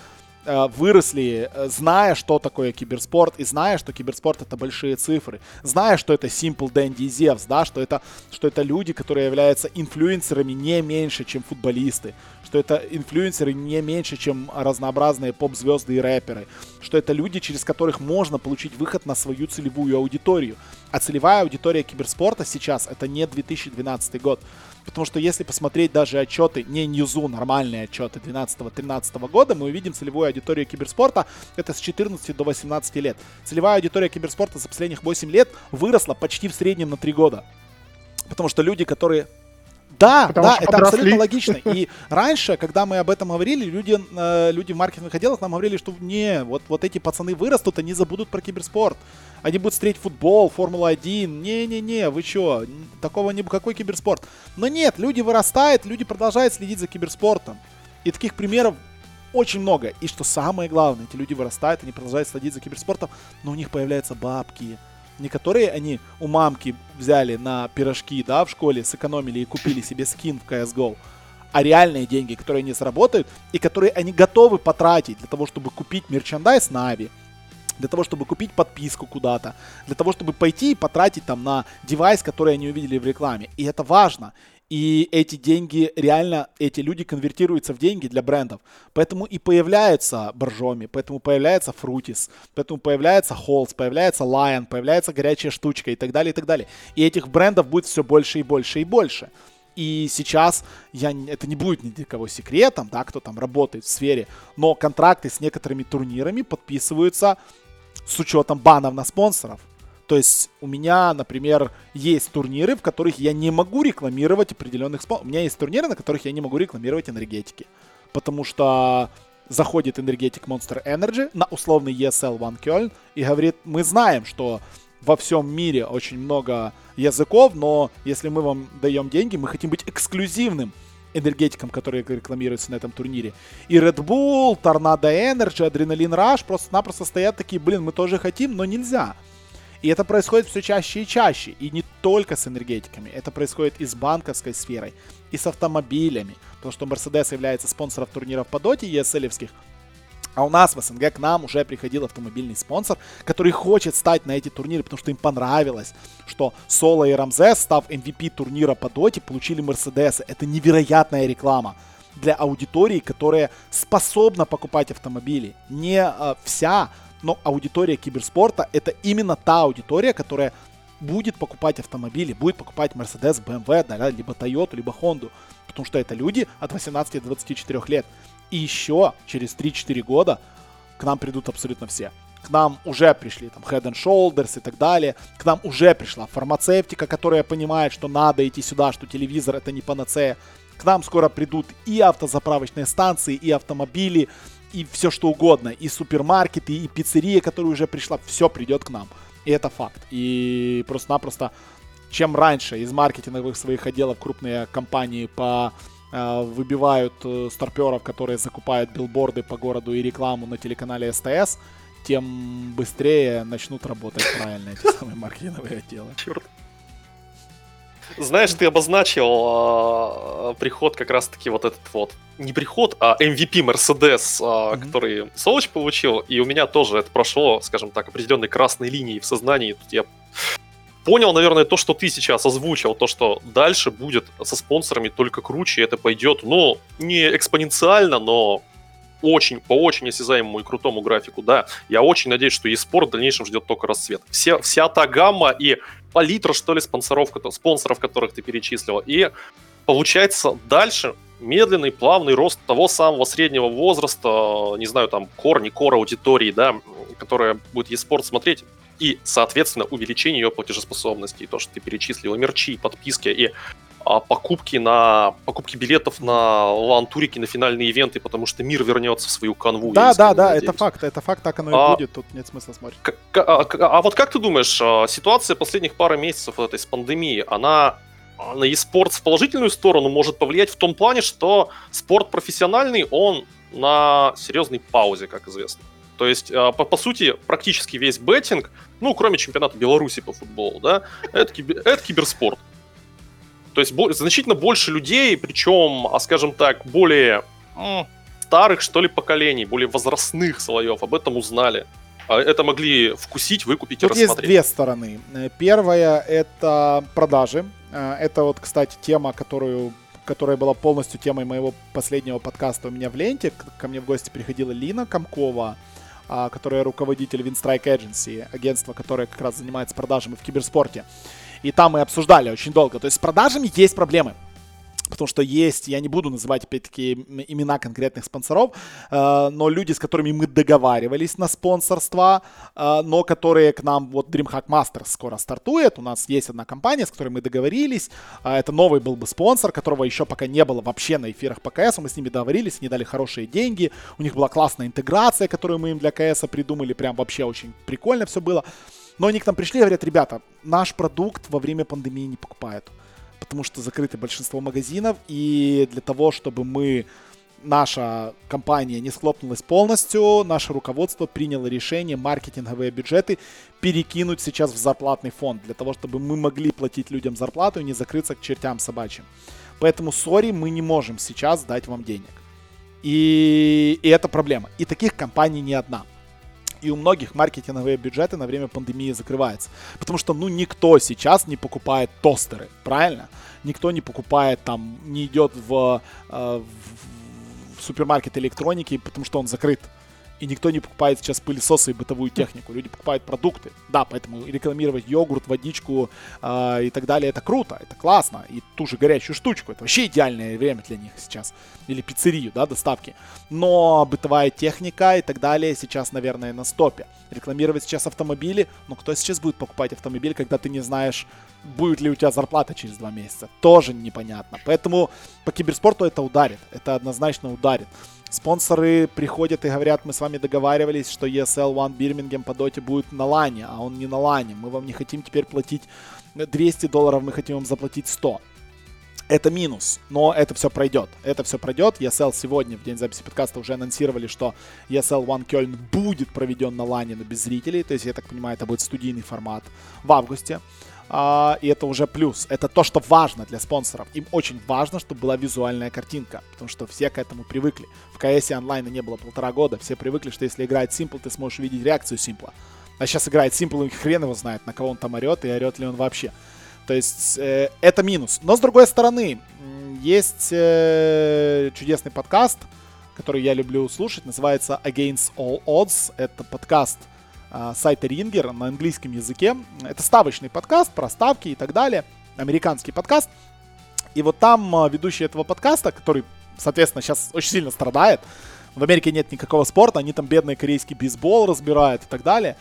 выросли, зная, что такое киберспорт, и зная, что киберспорт это большие цифры, зная, что это Simple Dandy Zevs, да, что это люди, которые являются инфлюенсерами не меньше, чем футболисты, что это инфлюенсеры не меньше, чем разнообразные поп-звезды и рэперы, что это люди, через которых можно получить выход на свою целевую аудиторию. А целевая аудитория киберспорта сейчас это не 2012 год. Потому что если посмотреть даже отчеты, не Ньюзу, нормальные отчеты 2012-2013 года, мы увидим целевую аудиторию киберспорта, это с 14 до 18 лет. Целевая аудитория киберспорта за последних 8 лет выросла почти в среднем на 3 года. Потому что люди, которые... Да, это подросли. Абсолютно логично. И раньше, когда мы об этом говорили, люди в маркетинговых отделах нам говорили, что не, вот эти пацаны вырастут, они забудут про киберспорт. Они будут смотреть футбол, Формула-1. Не-не-не, вы чё? Такого не... Какой киберспорт? Но нет, люди вырастают, люди продолжают следить за киберспортом. И таких примеров очень много. И что самое главное, эти люди вырастают, они продолжают следить за киберспортом, но у них появляются бабки. Не которые они у мамки взяли на пирожки, да, в школе, сэкономили и купили себе скин в CSGO, а реальные деньги, которые они заработают и которые они готовы потратить для того, чтобы купить мерчендайз Нави, для того, чтобы купить подписку куда-то, для того, чтобы пойти и потратить там на девайс, который они увидели в рекламе. И это важно. И эти деньги, реально, эти люди конвертируются в деньги для брендов. Поэтому и появляются Боржоми, поэтому появляется Fruitis, поэтому появляется Halls, появляется Lion, появляется горячая штучка и так далее, и так далее. И этих брендов будет все больше и больше и больше. И сейчас это не будет ни для кого секретом, да, кто там работает в сфере, но контракты с некоторыми турнирами подписываются с учетом банов на спонсоров. То есть у меня, например, есть турниры, в которых я не могу рекламировать определенных спонсоров. У меня есть турниры, на которых я не могу рекламировать энергетики. Потому что заходит энергетик Monster Energy на условный ESL One Köln и говорит, мы знаем, что во всем мире очень много языков, но если мы вам даем деньги, мы хотим быть эксклюзивным энергетиком, который рекламируется на этом турнире. И Red Bull, Tornado Energy, Adrenaline Rush просто-напросто стоят такие, мы тоже хотим, но нельзя. И это происходит все чаще и чаще. И не только с энергетиками. Это происходит и с банковской сферой, и с автомобилями. Потому что Mercedes является спонсором турниров по доте ESL-евских. А у нас в СНГ к нам уже приходил автомобильный спонсор, который хочет стать на эти турниры, потому что им понравилось, что Соло и Рамзес, став MVP турнира по доте, получили Мерседесы. Это невероятная реклама для аудитории, которая способна покупать автомобили. Не вся, но аудитория киберспорта — это именно та аудитория, которая будет покупать автомобили, будет покупать Mercedes, BMW, да, либо Toyota, либо Honda. Потому что это люди от 18 до 24 лет. И еще через 3-4 года к нам придут абсолютно все. К нам уже пришли там Head and Shoulders и так далее. К нам уже пришла фармацевтика, которая понимает, что надо идти сюда, что телевизор — это не панацея. К нам скоро придут и автозаправочные станции, и автомобили, и все что угодно, и супермаркеты, и пиццерия, которая уже пришла, все придет к нам. И это факт. И просто-напросто, чем раньше из маркетинговых своих отделов крупные компании выбивают старперов, которые закупают билборды по городу и рекламу на телеканале СТС, тем быстрее начнут работать правильно эти самые маркетинговые отделы. Черт. Знаешь, ты обозначил приход как раз-таки вот этот вот, не приход, а MVP Mercedes, который Солоч получил, и у меня тоже это прошло, скажем так, определенной красной линией в сознании. Тут я понял, наверное, то, что ты сейчас озвучил, то, что дальше будет со спонсорами только круче, это пойдет, ну, не экспоненциально, но по очень осязаемому и крутому графику, да. Я очень надеюсь, что eSport в дальнейшем ждет только расцвет. Вся та гамма и палитра, что ли, спонсоров, которых ты перечислил. И получается дальше медленный, плавный рост того самого среднего возраста, не знаю, там, не кор аудитории, да, которая будет eSport смотреть. И, соответственно, увеличение ее платежеспособности. И то, что ты перечислил, и мерчи, и подписки, и покупки билетов на лан-турики, на финальные ивенты, потому что мир вернется в свою канву. Да, это факт, так оно и будет, тут нет смысла смотреть. А вот как ты думаешь, ситуация последних пары месяцев этой с пандемией, она на e-спорт в положительную сторону может повлиять в том плане, что спорт профессиональный, он на серьезной паузе, как известно. То есть, по сути, практически весь беттинг, ну, кроме чемпионата Беларуси по футболу, да, это киберспорт. То есть значительно больше людей, причем, скажем так, более старых, что ли, поколений, более возрастных слоев об этом узнали. Это могли вкусить, выкупить Тут и рассмотреть. Есть две стороны. Первая — это продажи. Это вот, кстати, тема, которая была полностью темой моего последнего подкаста у меня в ленте. Ко мне в гости приходила Лина Комкова, которая руководитель Winstrike Agency, агентство, которое как раз занимается продажами в киберспорте. И там мы обсуждали очень долго. То есть с продажами есть проблемы. Потому что есть, я не буду называть опять-таки имена конкретных спонсоров, но люди, с которыми мы договаривались на спонсорство, но которые к нам, вот DreamHack Masters скоро стартует, у нас есть одна компания, с которой мы договорились, это новый был бы спонсор, которого еще пока не было вообще на эфирах по КС, мы с ними договорились, они дали хорошие деньги, у них была классная интеграция, которую мы им для КС придумали, прям вообще очень прикольно все было, но они к нам пришли и говорят: ребята, наш продукт во время пандемии не покупают, потому что закрыто большинство магазинов, и для того, чтобы наша компания не схлопнулась полностью, наше руководство приняло решение маркетинговые бюджеты перекинуть сейчас в зарплатный фонд, для того, чтобы мы могли платить людям зарплату и не закрыться к чертям собачьим. Поэтому, сори, мы не можем сейчас дать вам денег. И это проблема. И таких компаний не одна. И у многих маркетинговые бюджеты на время пандемии закрываются. Потому что, никто сейчас не покупает тостеры, правильно? Никто не покупает, не идет в супермаркет электроники, потому что он закрыт. И никто не покупает сейчас пылесосы и бытовую технику. Люди покупают продукты. Да, поэтому рекламировать йогурт, водичку и так далее — это круто, это классно. И ту же горячую штучку — это вообще идеальное время для них сейчас. Или пиццерию, да, доставки. Но бытовая техника и так далее сейчас, наверное, на стопе. Рекламировать сейчас автомобили, кто сейчас будет покупать автомобиль, когда ты не знаешь, будет ли у тебя зарплата через 2 месяца? Тоже непонятно. Поэтому по киберспорту это ударит. Это однозначно ударит. Спонсоры приходят и говорят: мы с вами договаривались, что ESL One Birmingham по доте будет на лане, а он не на лане. Мы вам не хотим теперь платить $200, мы хотим вам заплатить 100. Это минус, но это все пройдет. Это все пройдет. ESL сегодня, в день записи подкаста, уже анонсировали, что ESL One Köln будет проведен на лане, но без зрителей. То есть, я так понимаю, это будет студийный формат в августе. И это уже плюс. Это то, что важно для спонсоров. Им очень важно, чтобы была визуальная картинка, потому что все к этому привыкли. В КС онлайна не было 1,5 года. Все привыкли, что если играет Simple, ты сможешь увидеть реакцию Simple. А сейчас играет Simple, и хрен его знает, на кого он там орет, и орет ли он вообще. То есть это минус. Но с другой стороны, есть чудесный подкаст, который я люблю слушать, называется Against All Odds. Это подкаст сайта Ringer на английском языке. Это ставочный подкаст про ставки и так далее. Американский подкаст. И вот там ведущий этого подкаста, который, соответственно, сейчас очень сильно страдает. В Америке нет никакого спорта, они там бедный корейский бейсбол разбирают и так далее.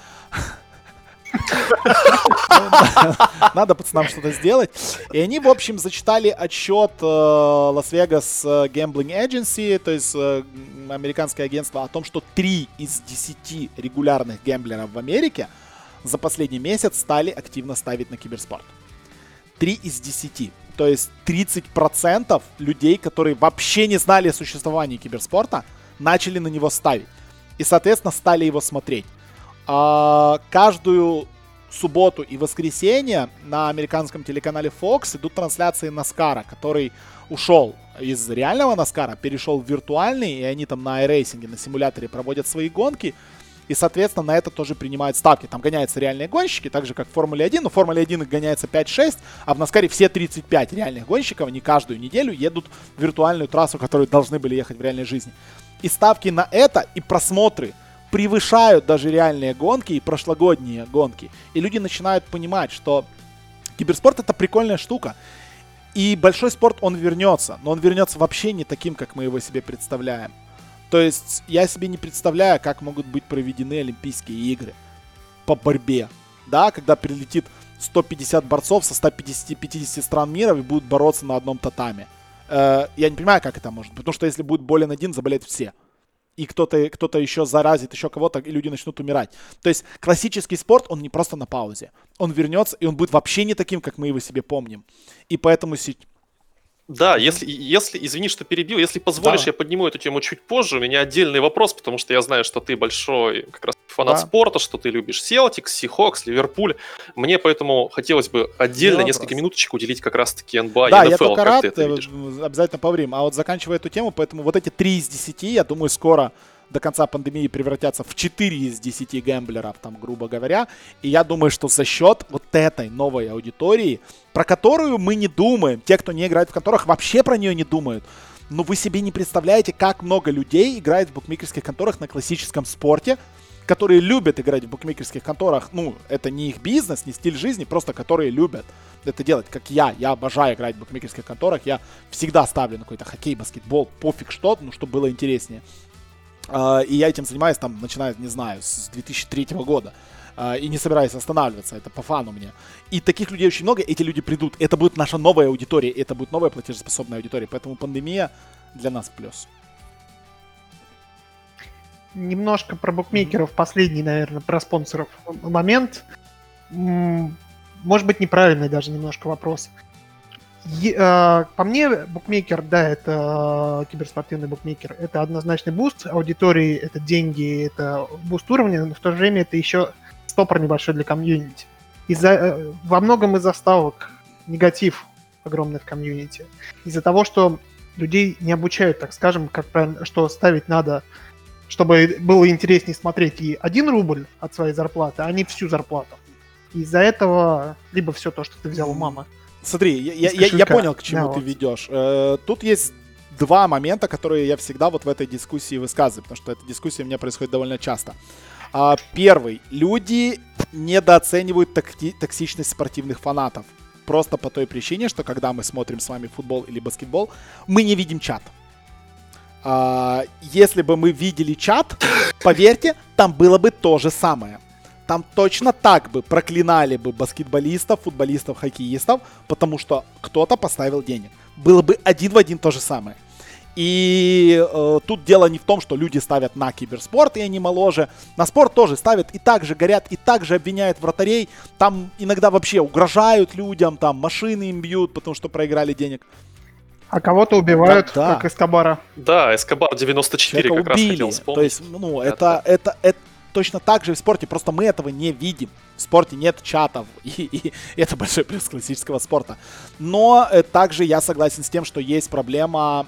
Надо пацанам что-то сделать. И они, в общем, зачитали отчет Las-Vegas Gambling Agency, то есть американское агентство, о том, что 3 из 10 регулярных гэмблеров в Америке за последний месяц стали активно ставить на киберспорт. 3 из 10. То есть 30% людей, которые вообще не знали о существовании киберспорта, начали на него ставить. И, соответственно, стали его смотреть. Каждую субботу и воскресенье на американском телеканале Fox идут трансляции Наскара, который ушел из реального Наскара, перешел в виртуальный, и они там на iRacing, на симуляторе проводят свои гонки, и, соответственно, на это тоже принимают ставки. Там гоняются реальные гонщики, так же, как в Формуле 1, но в Формуле 1 их гоняется 5-6, а в Наскаре все 35 реальных гонщиков, они каждую неделю едут в виртуальную трассу, которую должны были ехать в реальной жизни. И ставки на это, и просмотры превышают даже реальные гонки и прошлогодние гонки. И люди начинают понимать, что киберспорт — это прикольная штука. И большой спорт, он вернется. Но он вернется вообще не таким, как мы его себе представляем. То есть я себе не представляю, как могут быть проведены Олимпийские игры по борьбе. Да, когда прилетит 150 борцов со 150 стран мира и будут бороться на одном татаме. Я не понимаю, как это может быть. Потому что если будет болен один, заболеют все. и кто-то еще заразит еще кого-то, и люди начнут умирать. То есть классический спорт, он не просто на паузе. Он вернется, и он будет вообще не таким, как мы его себе помним. И поэтому... Да, если, извини, что перебил, если позволишь, я подниму эту тему чуть позже. У меня отдельный вопрос, потому что я знаю, что ты большой как раз фанат спорта, что ты любишь Селтикс, Сихокс, Ливерпуль. Мне поэтому хотелось бы отдельно несколько минуточек уделить как раз-таки НБА и НФЛ. Да, я только рад, обязательно поговорим. А вот заканчивая эту тему, поэтому вот эти 3 из 10, я думаю, скоро до конца пандемии превратятся в 4 из 10 гэмблеров, там, грубо говоря. И я думаю, что за счет вот этой новой аудитории, про которую мы не думаем, те, кто не играет в конторах, вообще про нее не думают. Но вы себе не представляете, как много людей играет в букмекерских конторах на классическом спорте, которые любят играть в букмекерских конторах. Ну, это не их бизнес, не стиль жизни, просто которые любят это делать, как я. Я обожаю играть в букмекерских конторах, я всегда ставлю на какой-то хоккей, баскетбол, пофиг что, ну, чтобы было интереснее. И я этим занимаюсь, там, начиная, не знаю, с 2003 года. И не собираюсь останавливаться, это по фану мне. И таких людей очень много, эти люди придут. Это будет наша новая аудитория, это будет новая платежеспособная аудитория. Поэтому пандемия для нас в плюс. Немножко про букмекеров, последний, наверное, про спонсоров момент. Может быть, неправильный даже немножко вопрос. По мне, букмекер, да, это киберспортивный букмекер, это однозначный буст аудитории, это деньги, это буст уровня, но в то же время это еще стопор небольшой для комьюнити. Во многом из-за ставок негатив огромный в комьюнити. Из-за того, что людей не обучают, так скажем, как правильно, что ставить надо, чтобы было интереснее смотреть и 1 рубль от своей зарплаты, а не всю зарплату. Из-за этого либо все то, что ты взял у мамы. Смотри, я понял, к чему ты ведешь. Тут есть 2 момента, которые я всегда вот в этой дискуссии высказываю, потому что эта дискуссия у меня происходит довольно часто. Первый. Люди недооценивают токсичность спортивных фанатов. Просто по той причине, что когда мы смотрим с вами футбол или баскетбол, мы не видим чат. Если бы мы видели чат, поверьте, там было бы то же самое. Там точно так бы проклинали бы баскетболистов, футболистов, хоккеистов, потому что кто-то поставил денег. Было бы один в один то же самое. И тут дело не в том, что люди ставят на киберспорт, и они моложе. На спорт тоже ставят, и так же горят, и так же обвиняют вратарей. Там иногда вообще угрожают людям, там машины им бьют, потому что проиграли денег. А кого-то убивают, да. Как Эскобара. Да, Эскобар 94 человека как убили. Раз хотел вспомнить. То есть, ну, это точно так же в спорте, просто мы этого не видим. В спорте нет чатов, и это большой плюс классического спорта. Но также я согласен с тем, что есть проблема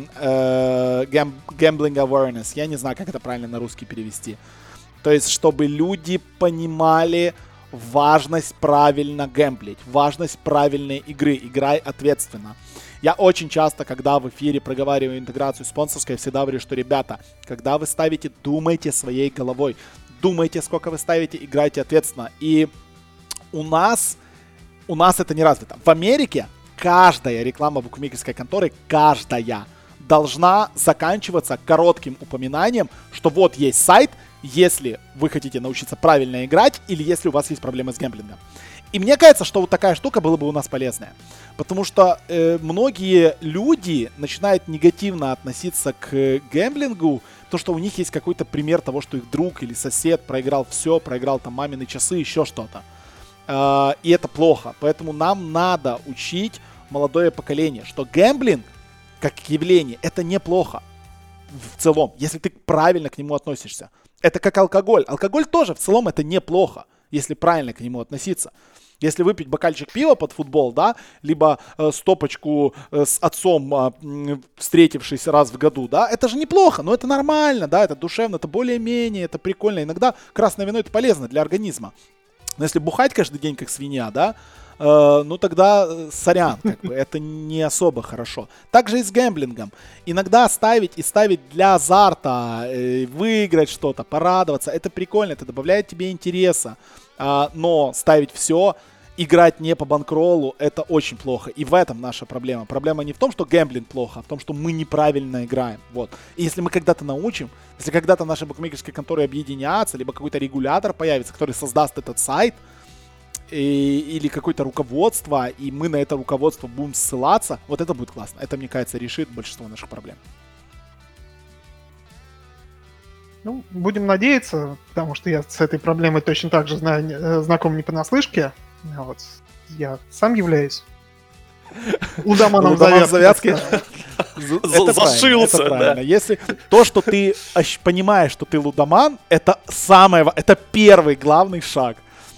gambling awareness. Я не знаю, как это правильно на русский перевести. То есть, чтобы люди понимали важность правильно гэмблить, важность правильной игры. Играй ответственно. Я очень часто, когда в эфире проговариваю интеграцию спонсорской, я всегда говорю, что, ребята, когда вы ставите, думайте своей головой. Думайте, сколько вы ставите, играйте ответственно. И у нас это не развито. В Америке каждая реклама букмекерской конторы, каждая, должна заканчиваться коротким упоминанием, что вот есть сайт, если вы хотите научиться правильно играть или если у вас есть проблемы с гэмблингом. И мне кажется, что вот такая штука была бы у нас полезная. Потому что многие люди начинают негативно относиться к гэмблингу, то, что у них есть какой-то пример того, что их друг или сосед проиграл все, проиграл там мамины часы, еще что-то. И это плохо. Поэтому нам надо учить молодое поколение, что гэмблинг, как явление, это неплохо в целом, если ты правильно к нему относишься. Это как алкоголь. Алкоголь тоже в целом это неплохо, если правильно к нему относиться. Если выпить бокальчик пива под футбол, да, либо стопочку с отцом, встретившись раз в году, да, это же неплохо, но это нормально, да, это душевно, это более-менее, это прикольно. Иногда красное вино это полезно для организма. Но если бухать каждый день как свинья, да, ну тогда сорян, как бы, это не особо хорошо. Также и с гэмблингом. Иногда ставить для азарта, выиграть что-то, порадоваться, это прикольно, это добавляет тебе интереса. Но ставить все, играть не по банкроллу, это очень плохо. И в этом наша проблема. Проблема не в том, что гэмблинг плохо, а в том, что мы неправильно играем. Вот. И если мы когда-то научим, если когда-то наши букмекерские конторы объединятся, либо какой-то регулятор появится, который создаст этот сайт, или какое-то руководство, и мы на это руководство будем ссылаться, вот это будет классно. Это, мне кажется, решит большинство наших проблем. Ну, будем надеяться, потому что я с этой проблемой точно так же знаком не понаслышке. Вот. Я сам являюсь лудоманом завязки. Зашился, это правильно. да. Если то, что ты понимаешь, что ты лудоман, это это первый главный шаг.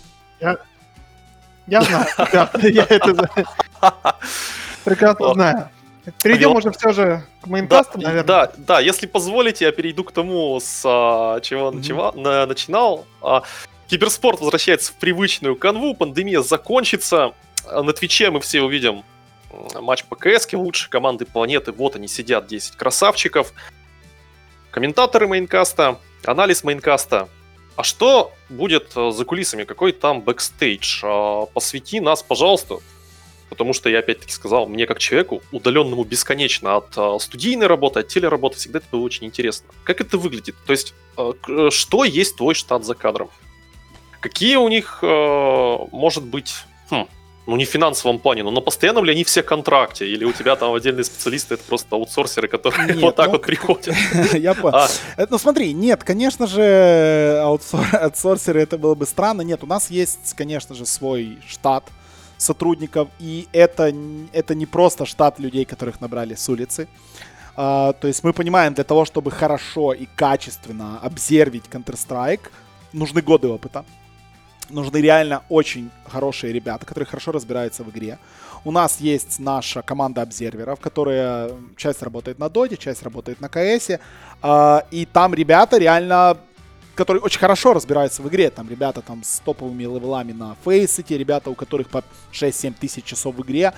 Я знаю, я это прекрасно знаю. Перейдем уже все же к мейнкасту, наверное. Да, если позволите, я перейду к тому, с чего начинал. Киберспорт возвращается в привычную канву, пандемия закончится. На Твиче мы все увидим матч по КС, лучшие команды планеты. Вот они сидят, 10 красавчиков. Комментаторы мейнкаста, анализ мейнкаста. А что будет за кулисами? Какой там бэкстейдж? Посвяти нас, пожалуйста. Потому что я опять-таки сказал, мне как человеку, удаленному бесконечно от студийной работы, от телеработы, всегда это было очень интересно. Как это выглядит? То есть, что есть твой штат за кадром? Какие у них, может быть, ну не в финансовом плане, но постоянно ли они все в контракте? Или у тебя там отдельные специалисты, это просто аутсорсеры, которые вот так вот приходят? Я понял. Ну смотри, нет, конечно же, аутсорсеры, это было бы странно. Нет, у нас есть, конечно же, свой штат сотрудников, и это не просто штат людей, которых набрали с улицы. То есть мы понимаем, для того, чтобы хорошо и качественно обсервить Counter-Strike, нужны годы опыта. Нужны реально очень хорошие ребята, которые хорошо разбираются в игре. У нас есть наша команда обсерверов, которая часть работает на Доте, часть работает на КСе. И там ребята реально, которые очень хорошо разбираются в игре. Там ребята там с топовыми левелами на Фейсите, ребята, у которых по 6-7 тысяч часов в игре.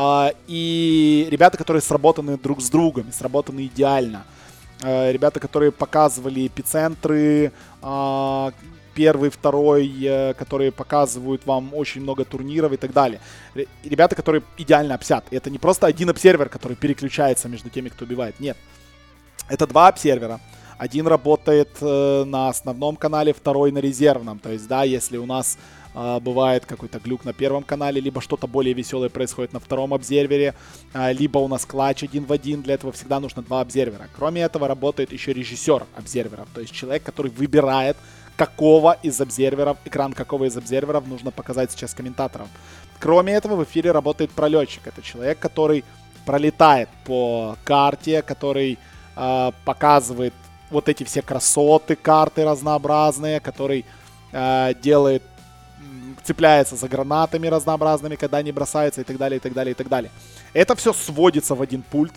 И ребята, которые сработаны друг с другом, сработаны идеально. Ребята, которые показывали эпицентры, первый, второй, которые показывают вам очень много турниров и так далее. Ребята, которые идеально обсят. И это не просто один обсервер, который переключается между теми, кто убивает. Нет. Это два обсервера. Один работает на основном канале, второй на резервном. То есть, да, если у нас бывает какой-то глюк на первом канале, либо что-то более веселое происходит на втором обсервере, либо у нас клатч 1 в 1, для этого всегда нужно два обсервера. Кроме этого, работает еще режиссер обсерверов. То есть человек, который выбирает, какого из обсерверов, экран какого из обсерверов нужно показать сейчас комментаторам. Кроме этого, в эфире работает пролетчик. Это человек, который пролетает по карте, который показывает вот эти все красоты, карты разнообразные, который делает, цепляется за гранатами разнообразными, когда они бросаются и так далее, и так далее, и так далее. Это все сводится в один пульт.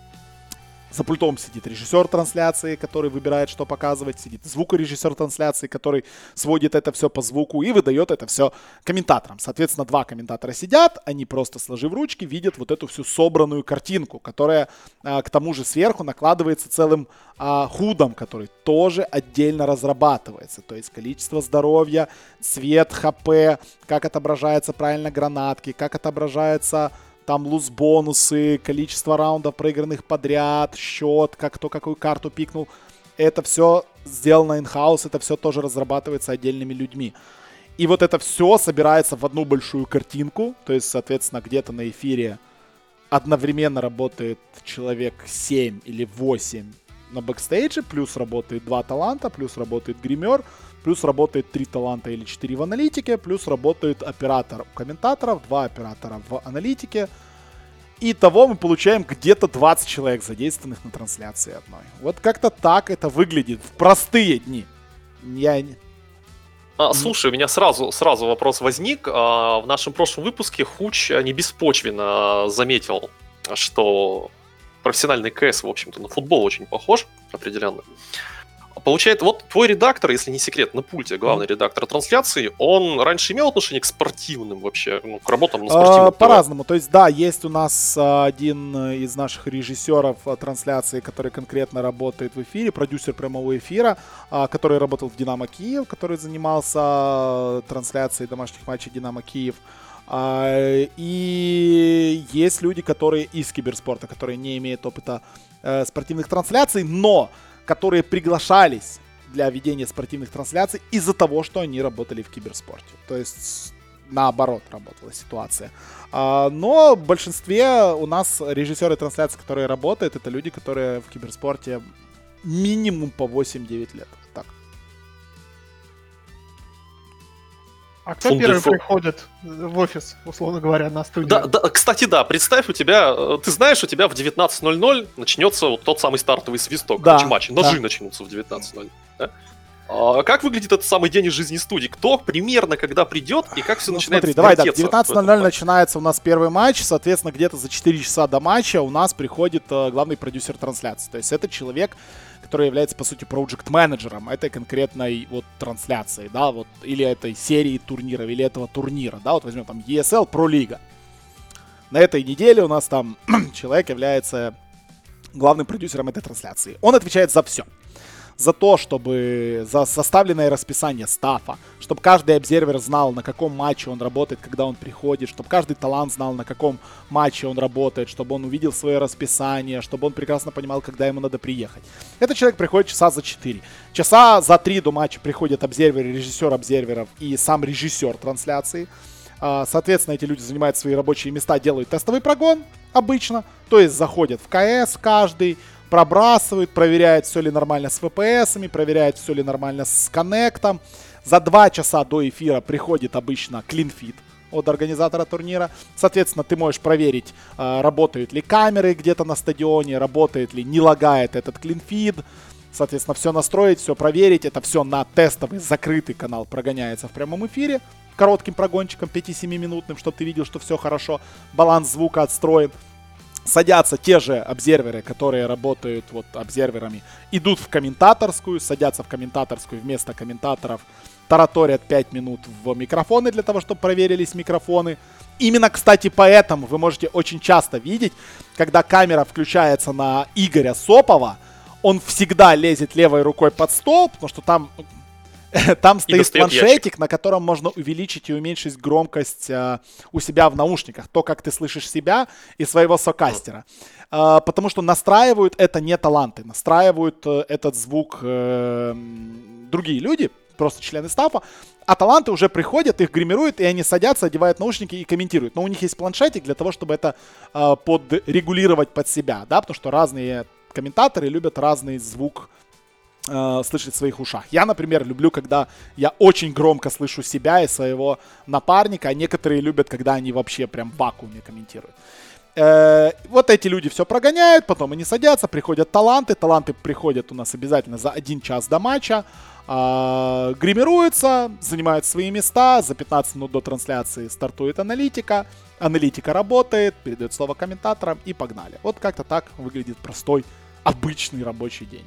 За пультом сидит режиссер трансляции, который выбирает, что показывать. Сидит звукорежиссер трансляции, который сводит это все по звуку и выдает это все комментаторам. Соответственно, два комментатора сидят, они просто, сложив ручки, видят вот эту всю собранную картинку, которая к тому же сверху накладывается целым худом, который тоже отдельно разрабатывается. То есть количество здоровья, цвет ХП, как отображаются правильно гранатки, как отображается там луз-бонусы, количество раундов проигранных подряд, счет, как кто какую карту пикнул. Это все сделано in-house, это все тоже разрабатывается отдельными людьми. И вот это все собирается в одну большую картинку. То есть, соответственно, где-то на эфире одновременно работает человек 7 или 8 на бэкстейдже, плюс работает 2 таланта, плюс работает гример, плюс работает 3 таланта или 4 в аналитике, плюс работает оператор у комментаторов, 2 оператора в аналитике. Итого мы получаем где-то 20 человек, задействованных на трансляции одной. Вот как-то так это выглядит в простые дни. Слушай, у меня сразу вопрос возник. В нашем прошлом выпуске Хуч не беспочвенно заметил, что профессиональный КС, в общем-то, на футбол очень похож определенно. Получается, вот твой редактор, если не секрет, на пульте, главный редактор трансляции, он раньше имел отношение к спортивным вообще, к работам на спортивном ТВ? По-разному. То есть, да, есть у нас один из наших режиссеров трансляции, который конкретно работает в эфире, продюсер прямого эфира, который работал в «Динамо Киев», который занимался трансляцией домашних матчей «Динамо Киев». И есть люди, которые из киберспорта, которые не имеют опыта спортивных трансляций, но которые приглашались для ведения спортивных трансляций из-за того, что они работали в киберспорте. То есть, наоборот, работала ситуация. Но в большинстве у нас режиссеры трансляций, которые работают, это люди, которые в киберспорте минимум по 8-9 лет. Так. А кто первый приходит в офис, условно говоря, на студию? Да, кстати, да, представь, ты знаешь, у тебя в 19:00 начнется вот тот самый стартовый свисток, матчи, ножи начнутся в 19:00. Да? А как выглядит этот самый день из жизни студии? Кто примерно когда придет и как все начинает вертеться? Давай, в 19:00 начинается у нас первый матч, соответственно, где-то за 4 часа до матча у нас приходит главный продюсер трансляции. То есть это человек, который является, по сути, проект-менеджером этой конкретной вот трансляции, да, вот, или этой серии турниров, или этого турнира, да, вот возьмем там ESL Pro Liga. На этой неделе у нас там человек является главным продюсером этой трансляции. Он отвечает за все. За то, чтобы за составленное расписание стафа, чтобы каждый обзервер знал, на каком матче он работает, когда он приходит, чтобы каждый талант знал, на каком матче он работает, чтобы он увидел свое расписание, чтобы он прекрасно понимал, когда ему надо приехать. Этот человек приходит часа за 4. Часа за 3 до матча приходят обзерверы, режиссер обзерверов и сам режиссер трансляции. Соответственно, эти люди занимают свои рабочие места, делают тестовый прогон обычно, то есть заходят в КС каждый, пробрасывают, проверяют, все ли нормально с VPS-ами, проверяют, все ли нормально с коннектом. За 2 часа до эфира приходит обычно клинфит от организатора турнира. Соответственно, ты можешь проверить, работают ли камеры где-то на стадионе, работает ли, не лагает этот клинфит. Соответственно, все настроить, все проверить. Это все на тестовый закрытый канал прогоняется в прямом эфире. Коротким прогончиком, 5-7-минутным, чтобы ты видел, что все хорошо. Баланс звука отстроен. Садятся те же обзерверы, которые работают вот обзерверами, идут в комментаторскую, садятся в комментаторскую вместо комментаторов, тараторят 5 минут в микрофоны для того, чтобы проверились микрофоны. Именно, кстати, поэтому вы можете очень часто видеть, когда камера включается на Игоря Сопова, он всегда лезет левой рукой под стол, потому что там стоит планшетик, ящик, на котором можно увеличить и уменьшить громкость у себя в наушниках. То, как ты слышишь себя и своего сокастера. Потому что настраивают это не таланты. Настраивают этот звук другие люди, просто члены стафа. А таланты уже приходят, их гримируют, и они садятся, одевают наушники и комментируют. Но у них есть планшетик для того, чтобы это подрегулировать под себя. Да? Потому что разные комментаторы любят разный звук слышать в своих ушах. Я, например, люблю, когда я очень громко слышу себя и своего напарника, а некоторые любят, когда они вообще прям в вакууме комментируют. Вот эти люди все прогоняют, потом они садятся, приходят таланты приходят у нас обязательно за 1 час до матча, гримируются, занимают свои места, за 15 минут до трансляции стартует аналитика работает, передает слово комментаторам и погнали. Вот как-то так выглядит простой, обычный рабочий день.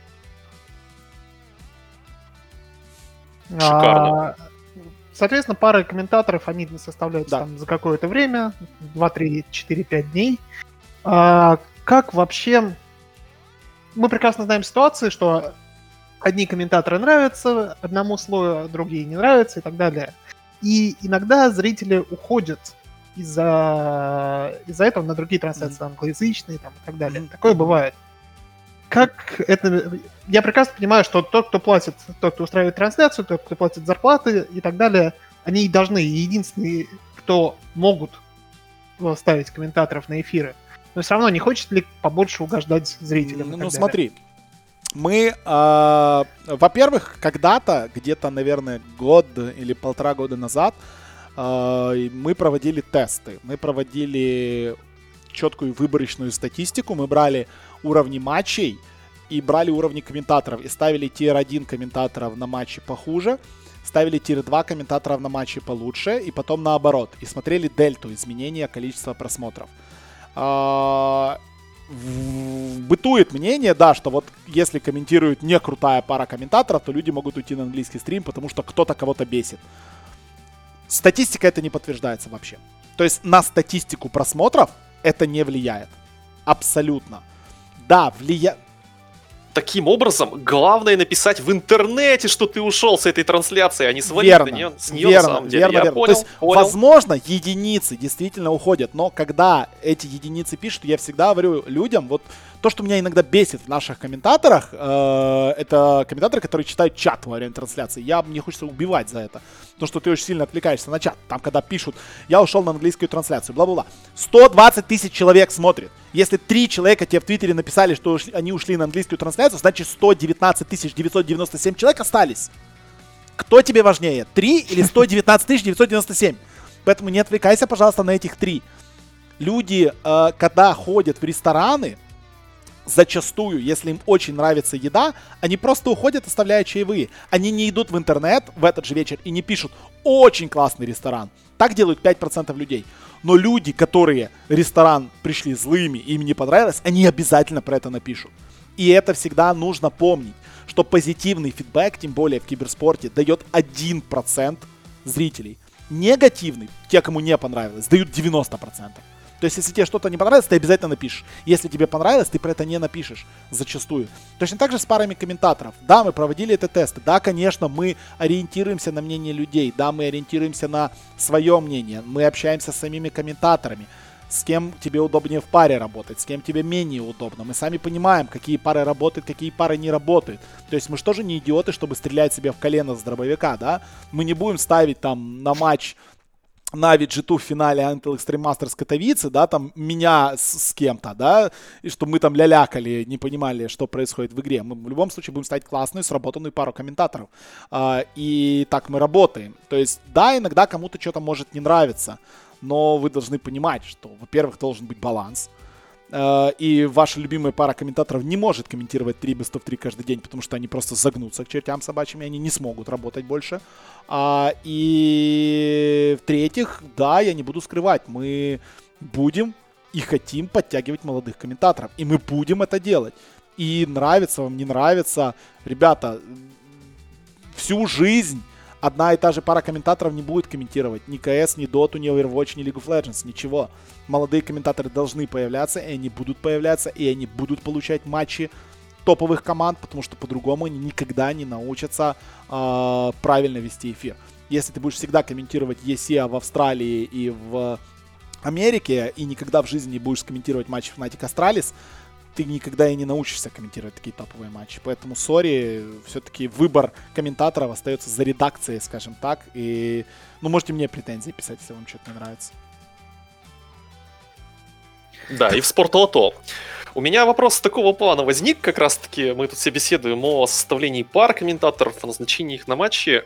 Шикарно. Соответственно, пары комментаторов, они составляются там за какое-то время, 2, 3, 4, 5 дней. Как вообще... Мы прекрасно знаем ситуации, что одни комментаторы нравятся одному слою, а другие не нравятся и так далее. И иногда зрители уходят из-за этого на другие трансляции, англоязычные там, и так далее. Такое бывает. Как это... Я прекрасно понимаю, что тот, кто платит, тот, кто устраивает трансляцию, тот, кто платит зарплаты и так далее, они должны, единственные, кто могут ставить комментаторов на эфиры. Но все равно не хочет ли побольше угождать зрителям? Ну смотри, мы, во-первых, когда-то, где-то, наверное, год или 1,5 года назад, мы проводили тесты. Мы проводили четкую выборочную статистику. Мы брали уровни матчей и брали уровни комментаторов. И ставили тир-1 комментаторов на матчи похуже, ставили тир-2 комментаторов на матчи получше, и потом наоборот. И смотрели дельту, изменения количества просмотров. Бытует мнение, да, что вот если комментирует не крутая пара комментаторов, то люди могут уйти на английский стрим, потому что кто-то кого-то бесит. Статистика это не подтверждается вообще. То есть на статистику просмотров это не влияет. Абсолютно. Да, влияет. Таким образом, главное написать в интернете, что ты ушел с этой трансляции, а не свалить с нее на самом деле. Верно. То есть, возможно, единицы действительно уходят, но когда эти единицы пишут, я всегда говорю людям, вот То, что меня иногда бесит в наших комментаторах, это комментаторы, которые читают чат во время трансляции. Мне хочется убивать за это. Потому что ты очень сильно отвлекаешься на чат. Там, когда пишут, я ушел на английскую трансляцию, бла-бла-бла. 120 тысяч человек смотрит. Если 3 человека тебе в Твиттере написали, что они ушли на английскую трансляцию, значит 119 997 человек остались. Кто тебе важнее, 3 или 119 997? Поэтому не отвлекайся, пожалуйста, на этих 3. Люди, когда ходят в рестораны, зачастую, если им очень нравится еда, они просто уходят, оставляя чаевые. Они не идут в интернет в этот же вечер и не пишут «очень классный ресторан». Так делают 5% людей. Но люди, которые в ресторан пришли злыми, им не понравилось, они обязательно про это напишут. И это всегда нужно помнить, что позитивный фидбэк, тем более в киберспорте, дает 1% зрителей. Негативный, те, кому не понравилось, дают 90%. То есть, если тебе что-то не понравилось, ты обязательно напишешь. Если тебе понравилось, ты про это не напишешь зачастую. Точно так же с парами комментаторов. Да, мы проводили эти тесты. Да, конечно, мы ориентируемся на мнение людей. Да, мы ориентируемся на свое мнение. Мы общаемся с самими комментаторами. С кем тебе удобнее в паре работать, с кем тебе менее удобно. Мы сами понимаем, какие пары работают, какие пары не работают. То есть мы же тоже не идиоты, чтобы стрелять себе в колено с дробовика, да? Мы не будем ставить там на матч Нави G2 в финале Until Extreme Masters Катовицы, да, там меня с кем-то, да, и что мы там лялякали, не понимали, что происходит в игре. Мы в любом случае будем ставить классную, сработанную пару комментаторов. И так мы работаем. То есть, да, иногда кому-то что-то может не нравиться, но вы должны понимать, что, во-первых, должен быть баланс. И ваша любимая пара комментаторов не может комментировать 3 Best of 3 каждый день, потому что они просто загнутся к чертям собачьим, и они не смогут работать больше. И в-третьих, да, я не буду скрывать, мы будем и хотим подтягивать молодых комментаторов, и мы будем это делать. И нравится вам, не нравится, ребята, всю жизнь одна и та же пара комментаторов не будет комментировать ни CS, ни Dota, ни Overwatch, ни League of Legends, ничего. Молодые комментаторы должны появляться, и они будут появляться, и они будут получать матчи топовых команд, потому что по-другому они никогда не научатся правильно вести эфир. Если ты будешь всегда комментировать ESEA в Австралии и в Америке, и никогда в жизни не будешь комментировать матчи Fnatic Astralis, ты никогда и не научишься комментировать такие топовые матчи. Поэтому, сори, все-таки выбор комментаторов остается за редакцией, скажем так. И, можете мне претензии писать, если вам что-то не нравится. Да, и в Спортлото. У меня вопрос такого плана возник, как раз-таки мы тут все беседуем о составлении пар комментаторов, о назначении их на матчи.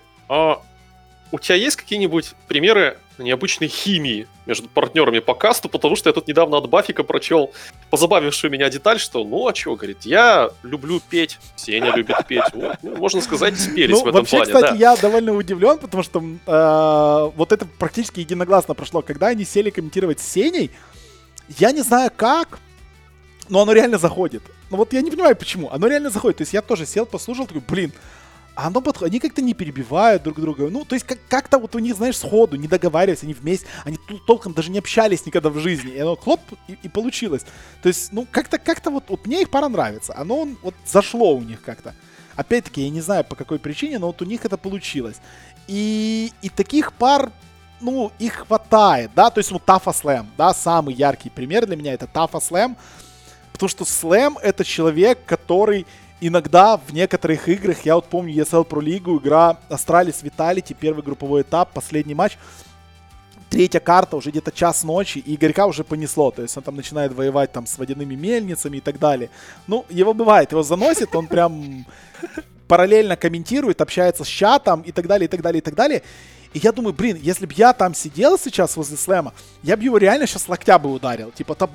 У тебя есть какие-нибудь примеры необычной химии между партнерами по касту? Потому что я тут недавно от Бафика прочел позабавившую меня деталь, что, говорит, я люблю петь, Сеня любит петь. Вот, можно сказать, спелись в этом вообще, плане. Кстати, да. Я довольно удивлен, потому что вот это практически единогласно прошло. Когда они сели комментировать с Сеней, я не знаю как, но оно реально заходит. Я не понимаю, почему. Оно реально заходит. То есть я тоже сел, послушал, такой, они как-то не перебивают друг друга. То есть как-то вот у них, знаешь, сходу, не договариваются, они вместе, они толком даже не общались никогда в жизни. И оно хлоп, и получилось. То есть, как-то вот мне их пара нравится. Оно вот зашло у них как-то. Опять-таки, я не знаю по какой причине, но вот у них это получилось. И таких пар, их хватает, да. То есть, Тафа Слэм, да, самый яркий пример для меня это Тафа Слэм. Потому что Слэм это человек, который иногда в некоторых играх, я вот помню ESL Pro League, игра Astralis Vitality, первый групповой этап, последний матч, 3-я карта, уже где-то час ночи, и Игорька уже понесло, то есть он там начинает воевать там с водяными мельницами и так далее. Его бывает, его заносит, он прям параллельно комментирует, общается с чатом и так далее, и так далее, и так далее. И я думаю, если бы я там сидел сейчас возле Слэма, я бы его реально сейчас локтя бы ударил.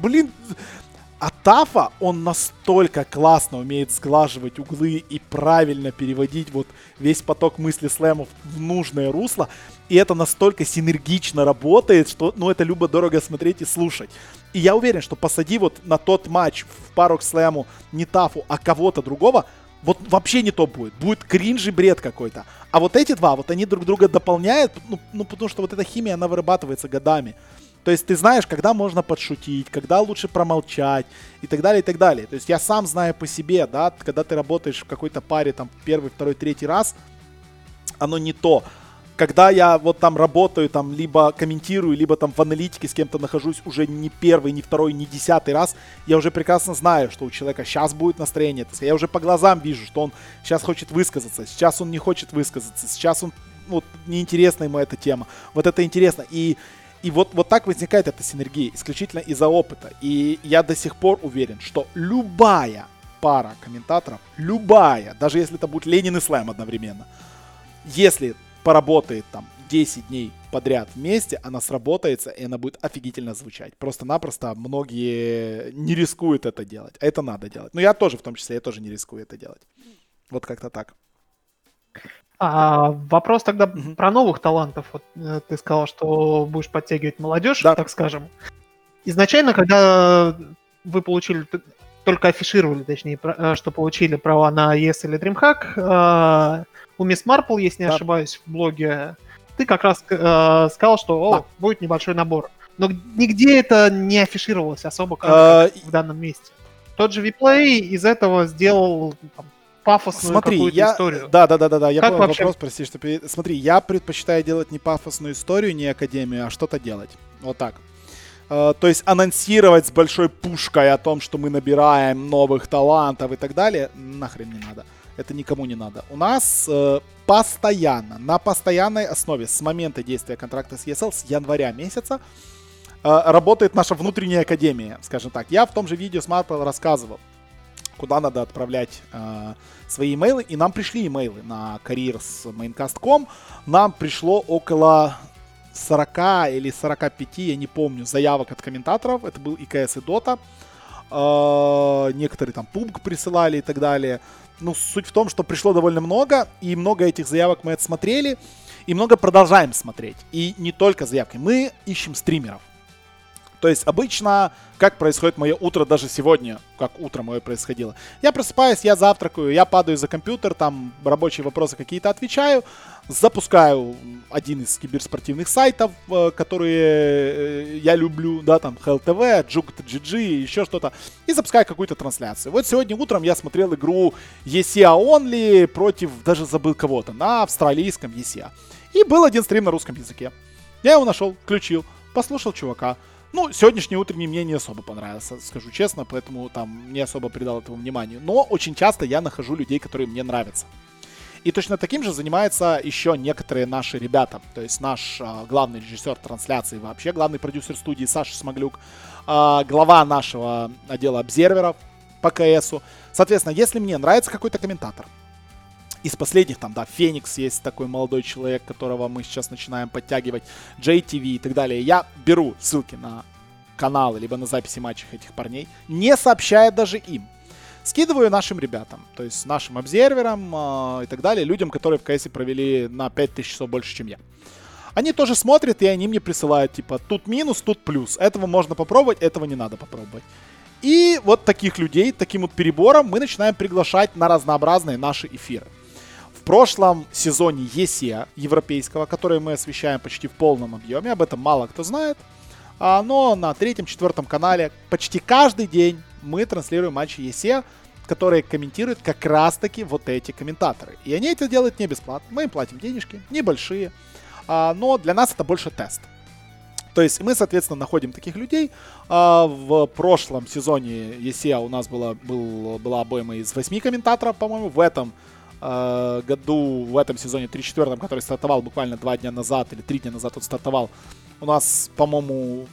А Тафа, он настолько классно умеет сглаживать углы и правильно переводить вот весь поток мысли Слэмов в нужное русло. И это настолько синергично работает, что, это любо-дорого смотреть и слушать. И я уверен, что посади вот на тот матч в пару к Слэму не Тафу, а кого-то другого, вот вообще не то будет. Будет кринж и бред какой-то. А вот эти два, вот они друг друга дополняют, потому что вот эта химия, она вырабатывается годами. То есть ты знаешь, когда можно подшутить, когда лучше промолчать и так далее, и так далее. То есть я сам знаю по себе, да, когда ты работаешь в какой-то паре там первый, второй, третий раз, оно не то. когда я вот там работаю, там либо комментирую, либо там в аналитике с кем-то нахожусь уже не первый, не второй, не 10-й раз, я уже прекрасно знаю, что у человека сейчас будет настроение. Я уже по глазам вижу, что он сейчас хочет высказаться, сейчас он не хочет высказаться, сейчас он, вот, неинтересна ему эта тема. Вот это интересно. И вот так возникает эта синергия, исключительно из-за опыта. И я до сих пор уверен, что любая пара комментаторов, любая, даже если это будет Ленин и Слэм одновременно, если поработает там 10 дней подряд вместе, она сработается, и она будет офигительно звучать. Просто-напросто многие не рискуют это делать. А это надо делать. Но я тоже, в том числе, я тоже не рискую это делать. Вот как-то так. Вопрос тогда про новых талантов. Вот, ты сказал, что будешь подтягивать молодежь, да, так скажем. Изначально, когда вы получили, только афишировали, точнее, что получили права на ES или DreamHack, у Miss Marple, если не ошибаюсь, в блоге, ты как раз сказал, что будет небольшой набор. Но нигде это не афишировалось особо, как в данном месте. Тот же Vplay из этого сделал пафосную какую-то историю. Да, я понял вопрос, прости, что... Смотри, я предпочитаю делать не пафосную историю, не академию, а что-то делать. Вот так. То есть анонсировать с большой пушкой о том, что мы набираем новых талантов и так далее, нахрен не надо. Это никому не надо. У нас постоянно, на постоянной основе с момента действия контракта с ESL, с января месяца, работает наша внутренняя академия, скажем так. Я в том же видео с Marple рассказывал, куда надо отправлять свои имейлы. И нам пришли имейлы на careers.maincast.com. Нам пришло около 40 или 45, я не помню, заявок от комментаторов. Это был и КС, и Дота. Некоторые там PUBG присылали и так далее. Ну, суть в том, что пришло довольно много, и много этих заявок мы отсмотрели, и много продолжаем смотреть. И не только заявки. Мы ищем стримеров. То есть обычно, как происходит мое утро даже сегодня, как утро мое происходило. Я просыпаюсь, я завтракаю, я падаю за компьютер, там рабочие вопросы какие-то отвечаю, запускаю один из киберспортивных сайтов, которые я люблю, да, там HLTV, Juke.gg, еще что-то, и запускаю какую-то трансляцию. Вот сегодня утром я смотрел игру ESEA Only против, даже забыл кого-то, на австралийском ESEA. И был один стрим на русском языке. Я его нашел, включил, послушал чувака. Ну, сегодняшний утренний мне не особо понравился, скажу честно, поэтому там не особо придал этому вниманию. Но очень часто я нахожу людей, которые мне нравятся. И точно таким же занимаются еще некоторые наши ребята. То есть наш главный режиссер трансляции, вообще главный продюсер студии Саша Смоглюк, глава нашего отдела обзерверов по КСу. Соответственно, если мне нравится какой-то комментатор, из последних, там, да, Феникс есть такой молодой человек, которого мы сейчас начинаем подтягивать, JTV и так далее. Я беру ссылки на каналы, либо на записи матчей этих парней, не сообщая даже им. Скидываю нашим ребятам, то есть нашим обзерверам и так далее, людям, которые в КСе провели на 5000 часов больше, чем я. Они тоже смотрят, и они мне присылают, типа, тут минус, тут плюс. Этого можно попробовать, этого не надо попробовать. И вот таких людей, таким вот перебором мы начинаем приглашать на разнообразные наши эфиры. В прошлом сезоне ESEA европейского, который мы освещаем почти в полном объеме, об этом мало кто знает, но на 3-4 канале почти каждый день мы транслируем матчи ESEA, которые комментируют как раз-таки вот эти комментаторы. И они это делают не бесплатно, мы им платим денежки, небольшие, но для нас это больше тест. То есть мы, соответственно, находим таких людей. В прошлом сезоне ESEA у нас была обойма из 8 комментаторов, по-моему, в этом году, в этом сезоне 3-4, который стартовал буквально 2 дня назад, или 3 дня назад он стартовал, у нас, по-моему,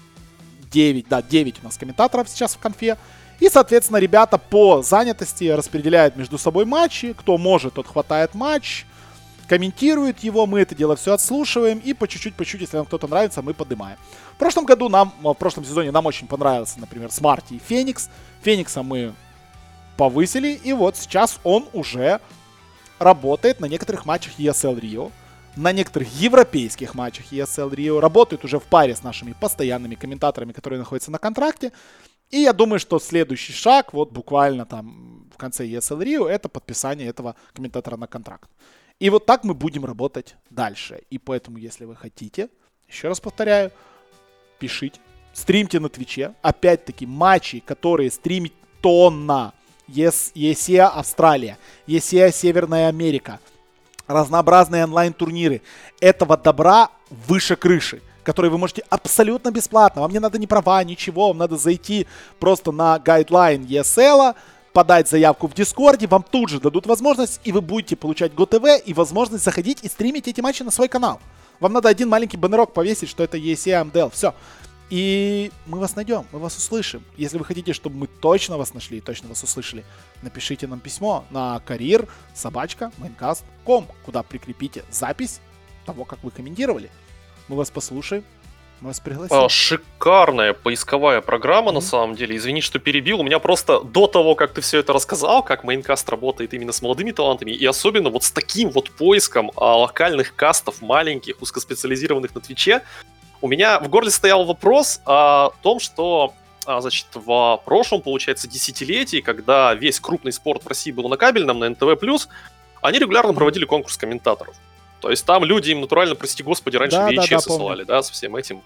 9 у нас комментаторов сейчас в конфе. И, соответственно, ребята по занятости распределяют между собой матчи. Кто может, тот хватает матч, комментирует его, мы это дело все отслушиваем, и по чуть-чуть, если нам кто-то нравится, мы поднимаем. В прошлом сезоне нам очень понравился, например, Смарти и Феникс. Феникса мы повысили, и вот сейчас он уже работает на некоторых матчах ESL Rio, на некоторых европейских матчах ESL Rio, работает уже в паре с нашими постоянными комментаторами, которые находятся на контракте. И я думаю, что следующий шаг, вот буквально там в конце ESL Rio, это подписание этого комментатора на контракт. И вот так мы будем работать дальше. И поэтому, если вы хотите, еще раз повторяю, пишите, стримьте на Твиче. Опять-таки, матчи, которые стримит тонна. ESEA Австралия, ESEA Северная Америка, разнообразные онлайн-турниры. Этого добра выше крыши, которые вы можете абсолютно бесплатно. Вам не надо ни права, ничего. Вам надо зайти просто на гайдлайн ESL, подать заявку в Дискорде, вам тут же дадут возможность, и вы будете получать GoTV и возможность заходить и стримить эти матчи на свой канал. Вам надо один маленький баннерок повесить, что это ESEA MDL. Все. И мы вас найдем, мы вас услышим. Если вы хотите, чтобы мы точно вас нашли и точно вас услышали, напишите нам письмо на career@maincast.com, куда прикрепите запись того, как вы комментировали. Мы вас послушаем, мы вас пригласим. Шикарная поисковая программа, на самом деле. Извини, что перебил. У меня просто до того, как ты все это рассказал, как Maincast работает именно с молодыми талантами, и особенно вот с таким вот поиском локальных кастов, маленьких, узкоспециализированных на Твиче, у меня в горле стоял вопрос о том, что, значит, в прошлом, получается, десятилетии, когда весь крупный спорт в России был на кабельном, на НТВ+, они регулярно проводили конкурс комментаторов. То есть там люди им натурально, прости господи, раньше VHS ссылали, да, со всем этим.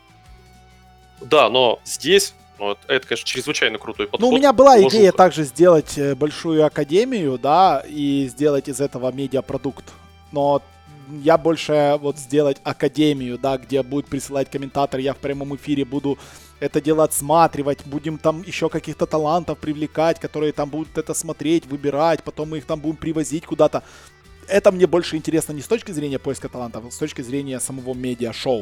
Да, но здесь, ну, это, конечно, чрезвычайно крутой подход. Ну, у меня была идея также сделать большую академию, да, и сделать из этого медиапродукт. Но я больше вот сделать академию, да, где будет присылать комментатор, я в прямом эфире буду это дело отсматривать, будем там еще каких-то талантов привлекать, которые там будут это смотреть, выбирать, потом мы их там будем привозить куда-то. Это мне больше интересно не с точки зрения поиска талантов, а с точки зрения самого медиа-шоу.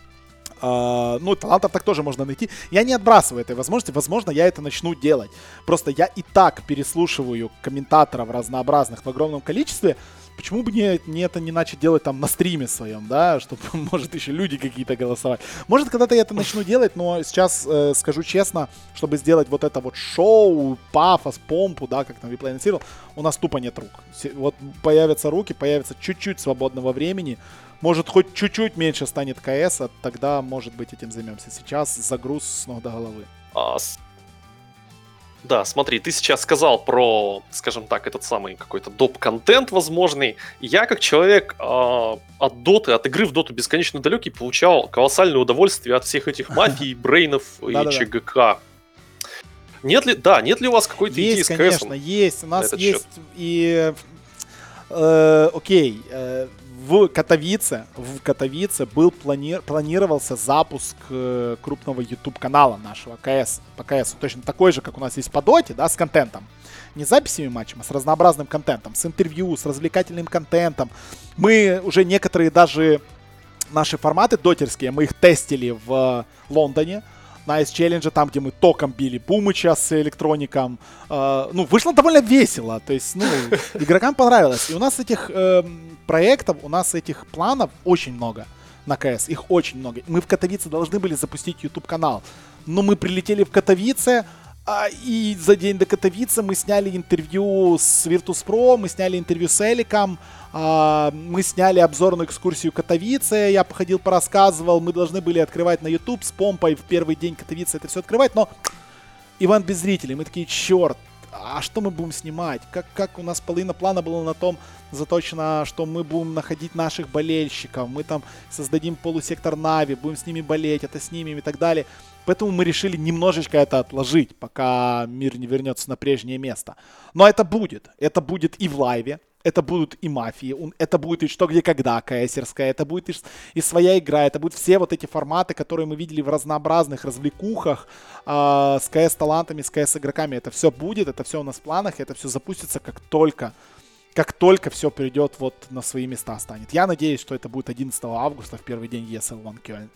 Ну, талантов так тоже можно найти. Я не отбрасываю этой возможности. Возможно, я это начну делать. Просто я и так переслушиваю комментаторов разнообразных в огромном количестве. Почему бы мне это не начать делать там на стриме своем, да, чтобы, может, еще люди какие-то голосовать. Может, когда-то я это начну делать, но сейчас скажу честно, чтобы сделать вот это вот шоу, пафос, помпу, да, как там Виплей анонсировал, у нас тупо нет рук. Вот появятся руки, появится чуть-чуть свободного времени, может, хоть чуть-чуть меньше станет КС, а тогда, может быть, этим займемся. Сейчас загруз с ног до головы. Да, смотри, ты сейчас сказал про, скажем так, этот самый какой-то доп-контент возможный. Я, как человек от доты, от игры в доту бесконечно далекий, получал колоссальное удовольствие от всех этих мафий, брейнов и ЧГК. Нет ли у вас какой-то идеи с КСом? Есть, конечно, есть. У нас есть и... Окей. В Катовице планировался запуск крупного YouTube-канала нашего КС, по КСу, точно такой же, как у нас есть по Доте, да, с контентом. Не с записями матчем, а с разнообразным контентом, с интервью, с развлекательным контентом. Мы уже некоторые даже наши форматы дотерские, мы их тестили в Лондоне, на Ice Challenge, там, где мы током били Пумыча с электроником. Ну, вышло довольно весело. То есть, ну, игрокам понравилось. И у нас этих проектов, у нас этих планов очень много на КС. Их очень много. Мы в Катовице должны были запустить YouTube-канал. Но мы прилетели в Катовице, и за день до Катовицы мы сняли интервью с Virtus.pro, мы сняли интервью с Эликом, мы сняли обзорную экскурсию Катовице, я походил, порассказывал, мы должны были открывать на YouTube с помпой в первый день Катовицы это все открывать, но ивент без зрителей, мы такие, черт, а что мы будем снимать? Как у нас половина плана была на том заточена, что мы будем находить наших болельщиков, мы там создадим полусектор Нави, будем с ними болеть, это снимем и так далее. Поэтому мы решили немножечко это отложить, пока мир не вернется на прежнее место. Но это будет. Это будет и в лайве, это будут и мафии, это будет и что, где, когда КСерская, это будет и своя игра, это будут все вот эти форматы, которые мы видели в разнообразных развлекухах с КС-талантами, с КС-игроками. Это все будет, это все у нас в планах, это все запустится, как только все придет вот на свои места станет. Я надеюсь, что это будет 11 августа, в первый день ESL One Köln.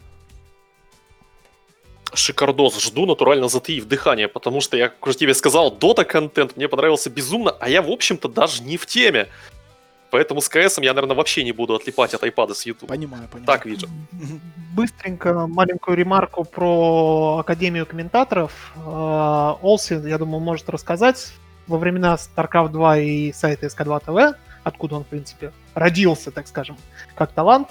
Шикардос, жду натурально затаив дыхание, потому что я, как уже тебе сказал, дота-контент мне понравился безумно, а я, в общем-то, даже не в теме. Поэтому с КСом я, наверное, вообще не буду отлипать от айпада с YouTube. Понимаю. Так вижу. Быстренько маленькую ремарку про Академию комментаторов. Олси, я думаю, может рассказать. Во времена StarCraft 2 и сайта SK2 TV, откуда он, в принципе, родился, так скажем, как талант,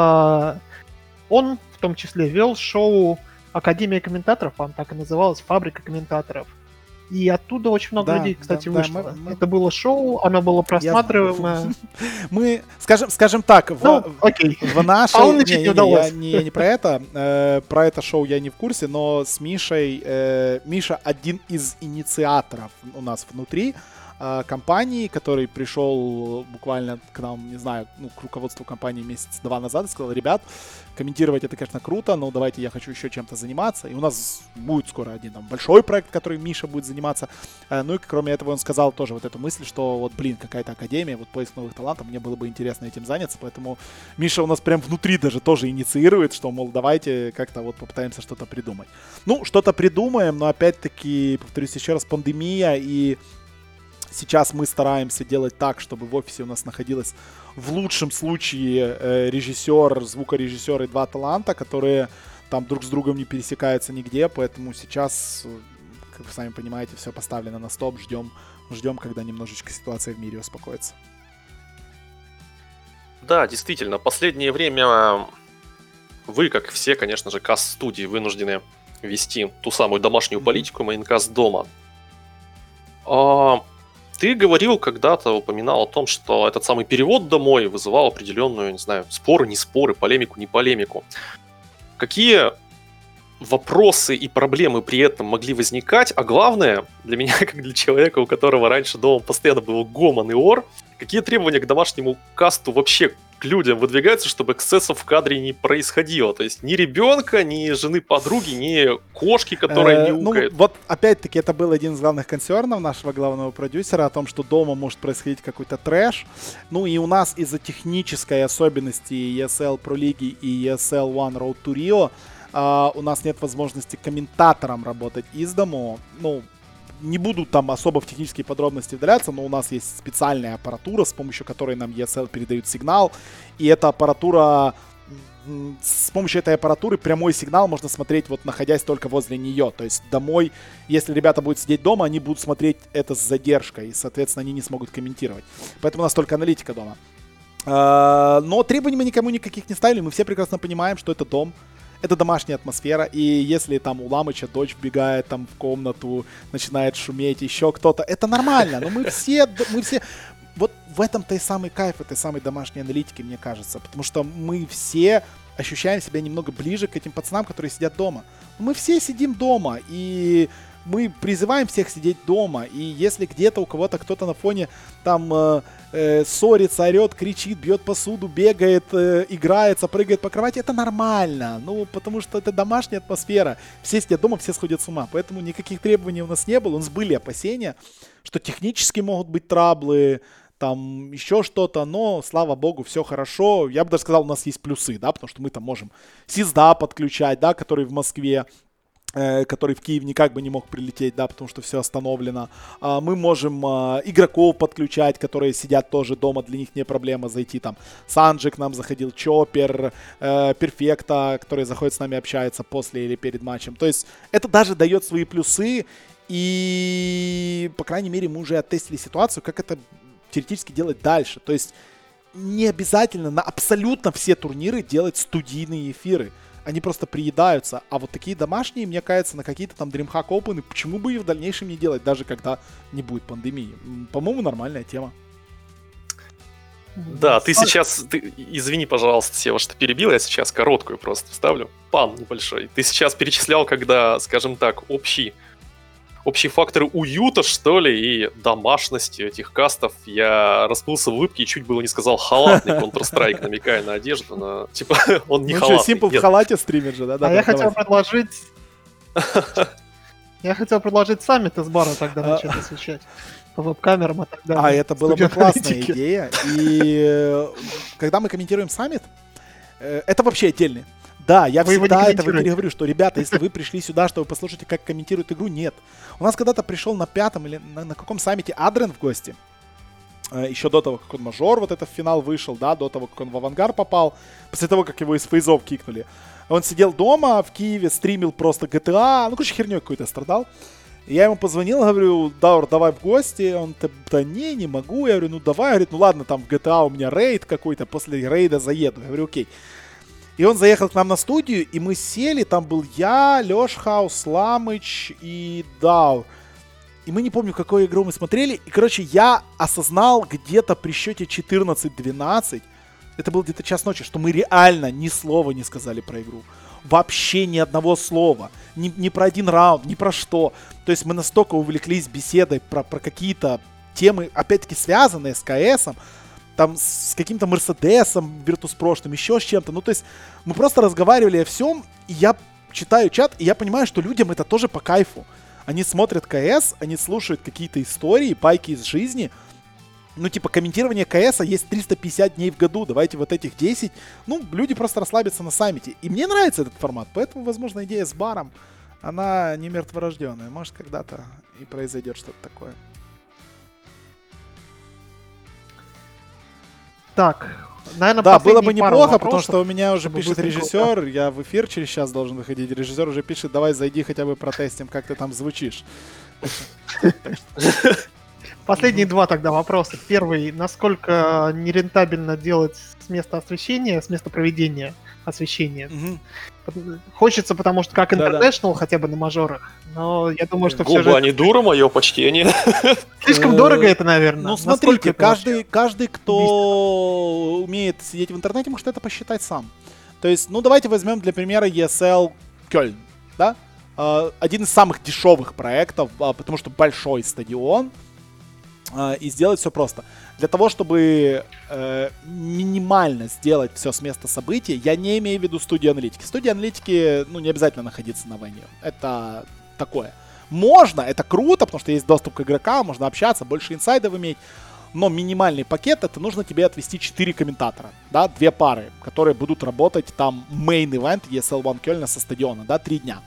он в том числе вел шоу Академия комментаторов, он так и называлась, Фабрика комментаторов. И оттуда очень много людей, кстати, вышло. Это было шоу, оно было просматриваемое. Мы, скажем так, в нашей... Я не про это. Про это шоу я не в курсе, но с Мишей... Миша один из инициаторов у нас внутри. компании, который пришел буквально к нам, не знаю, к руководству компании месяц-два назад и сказал: ребят, комментировать это, конечно, круто, но давайте я хочу еще чем-то заниматься. И у нас будет скоро один там большой проект, который Миша будет заниматься. Ну и кроме этого он сказал тоже вот эту мысль, что вот, блин, какая-то академия, вот поиск новых талантов, мне было бы интересно этим заняться, поэтому Миша у нас прям внутри даже тоже инициирует, что, мол, давайте как-то вот попытаемся что-то придумать. Ну, что-то придумаем, но опять-таки, повторюсь еще раз, пандемия, и сейчас мы стараемся делать так, чтобы в офисе у нас находилось в лучшем случае режиссер, звукорежиссер и 2 таланта, которые там друг с другом не пересекаются нигде, поэтому сейчас, как вы сами понимаете, все поставлено на стоп, ждем, когда немножечко ситуация в мире успокоится. Да, действительно, последнее время вы, как все, конечно же, каст-студии, вынуждены вести ту самую домашнюю политику Майнкаст дома. Ты говорил когда-то, упоминал о том, что этот самый перевод домой вызывал определенную, не знаю, споры, не споры, полемику, не полемику. Какие вопросы и проблемы при этом могли возникать? А главное, для меня, как для человека, у которого раньше дома постоянно был гомон и ор, какие требования к домашнему касту вообще к людям выдвигаются, чтобы эксцессов в кадре не происходило? То есть ни ребенка, ни жены подруги, ни кошки, которая мяукает. Ну, вот опять-таки это был один из главных консернов нашего главного продюсера, о том, что дома может происходить какой-то трэш. Ну и у нас из-за технической особенности ESL Pro League и ESL One Road to Rio у нас нет возможности комментатором работать из дому. Ну, не буду там особо в технические подробности вдаляться, но у нас есть специальная аппаратура, с помощью которой нам ESL передают сигнал. И эта аппаратура, с помощью этой аппаратуры прямой сигнал можно смотреть, вот находясь только возле нее. То есть домой, если ребята будут сидеть дома, они будут смотреть это с задержкой, и, соответственно, они не смогут комментировать. Поэтому у нас только аналитика дома. Но требований мы никому никаких не ставили, мы все прекрасно понимаем, что это дом. Это домашняя атмосфера, и если там у Ламыча дочь вбегает там в комнату, начинает шуметь, еще кто-то, это нормально, но мы все, вот в этом-то и самый кайф этой самой домашней аналитики, мне кажется, потому что мы все ощущаем себя немного ближе к этим пацанам, которые сидят дома. Мы все сидим дома, и мы призываем всех сидеть дома, и если где-то у кого-то кто-то на фоне там ссорится, орет, кричит, бьет посуду, бегает, играется, прыгает по кровати, это нормально, ну, потому что это домашняя атмосфера, все сидят дома, все сходят с ума, поэтому никаких требований у нас не было, у нас были опасения, что технически могут быть траблы, там еще что-то, но, слава богу, все хорошо, я бы даже сказал, у нас есть плюсы, да, потому что мы там можем SysDA подключать, да, который в Москве, который в Киев никак бы не мог прилететь, да, потому что все остановлено. Мы можем игроков подключать, которые сидят тоже дома, для них не проблема зайти там. Санджи к нам заходил, Чоппер, Перфекта, который заходит с нами, общается после или перед матчем. То есть это даже дает свои плюсы, и, по крайней мере, мы уже оттестили ситуацию, как это теоретически делать дальше. То есть не обязательно на абсолютно все турниры делать студийные эфиры. Они просто приедаются. А вот такие домашние, мне кажется, на какие-то там DreamHack Open, почему бы и в дальнейшем не делать, даже когда не будет пандемии. По-моему, нормальная тема. Да, ты сейчас... извини, пожалуйста, Сева, что перебил, я сейчас короткую просто вставлю. Пан небольшой. Ты сейчас перечислял, когда, скажем так, общие факторы уюта, что ли, и домашности этих кастов. Я расплылся в улыбке и чуть было не сказал халатный Counter-Strike, намекая на одежду, но, типа, он не халатный. Ну что, Simple в халате стримит же, да? Я хотел предложить... Я хотел предложить саммит из бара тогда начать освещать по веб-камерам, а тогда... это была бы классная идея. И когда мы комментируем саммит, это вообще отдельный. Да, я всегда это в эфире говорю, что, ребята, если вы пришли сюда, чтобы послушать, как комментируют игру, нет. У нас когда-то пришел на 5-м или на каком саммите Адрен в гости. Еще до того, как он мажор вот этот в финал вышел, да, до того, как он в Авангар попал, после того, как его из фейзов кикнули. Он сидел дома в Киеве, стримил просто GTA, ну, короче, херней какой-то страдал. Я ему позвонил, говорю, Даур, давай в гости. Он, да не могу. Я говорю, ну давай. Говорит, ну ладно, там в GTA у меня рейд какой-то, после рейда заеду. Я говорю, окей. И он заехал к нам на студию, и мы сели, там был я, Лёшхаус, Ламыч и Даур. И мы не помню, какую игру мы смотрели. И, короче, я осознал где-то при счете 14-12, это был где-то час ночи, что мы реально ни слова не сказали про игру. Вообще ни одного слова. Ни про один раунд, ни про что. То есть мы настолько увлеклись беседой про какие-то темы, опять-таки, связанные с КСом, там с каким-то Мерседесом, Virtus.pro, еще с чем-то. Ну, то есть мы просто разговаривали о всем, и я читаю чат, и я понимаю, что людям это тоже по кайфу. Они смотрят КС, они слушают какие-то истории, байки из жизни. Ну, типа, комментирование КСа есть 350 дней в году, давайте вот этих 10. Ну, люди просто расслабятся на саммите. И мне нравится этот формат, поэтому, возможно, идея с баром, она не мертворожденная. Может, когда-то и произойдет что-то такое. Так, наверное, да, было бы пару неплохо, вопросов, потому что у меня уже чтобы пишет быстренько, режиссер, я в эфир через час должен выходить, режиссер уже пишет, давай зайди хотя бы протестим, как ты там звучишь. Последние два тогда вопроса. Первый, насколько нерентабельно делать с места освещения, с места проведения освещения? Хочется, потому что как International хотя бы на мажорах, но я думаю, что все же... Губа не дура, мое почтение. Слишком дорого это, наверное. Ну, смотрите, каждый, кто умеет сидеть в интернете, может это посчитать сам. То есть, ну, давайте возьмем для примера ESL Кёльн, да? Один из самых дешевых проектов, потому что большой стадион, и сделать все просто. Для того, чтобы минимально сделать все с места события, я не имею в виду студию аналитики. Студия аналитики, ну, не обязательно находиться на веню. Это такое. Можно, это круто, потому что есть доступ к игрокам, можно общаться, больше инсайдов иметь. Но минимальный пакет, это нужно тебе отвести 4 комментатора, да, 2 пары, которые будут работать там main-event ESL One Кёльна со стадиона, да, 3 дня.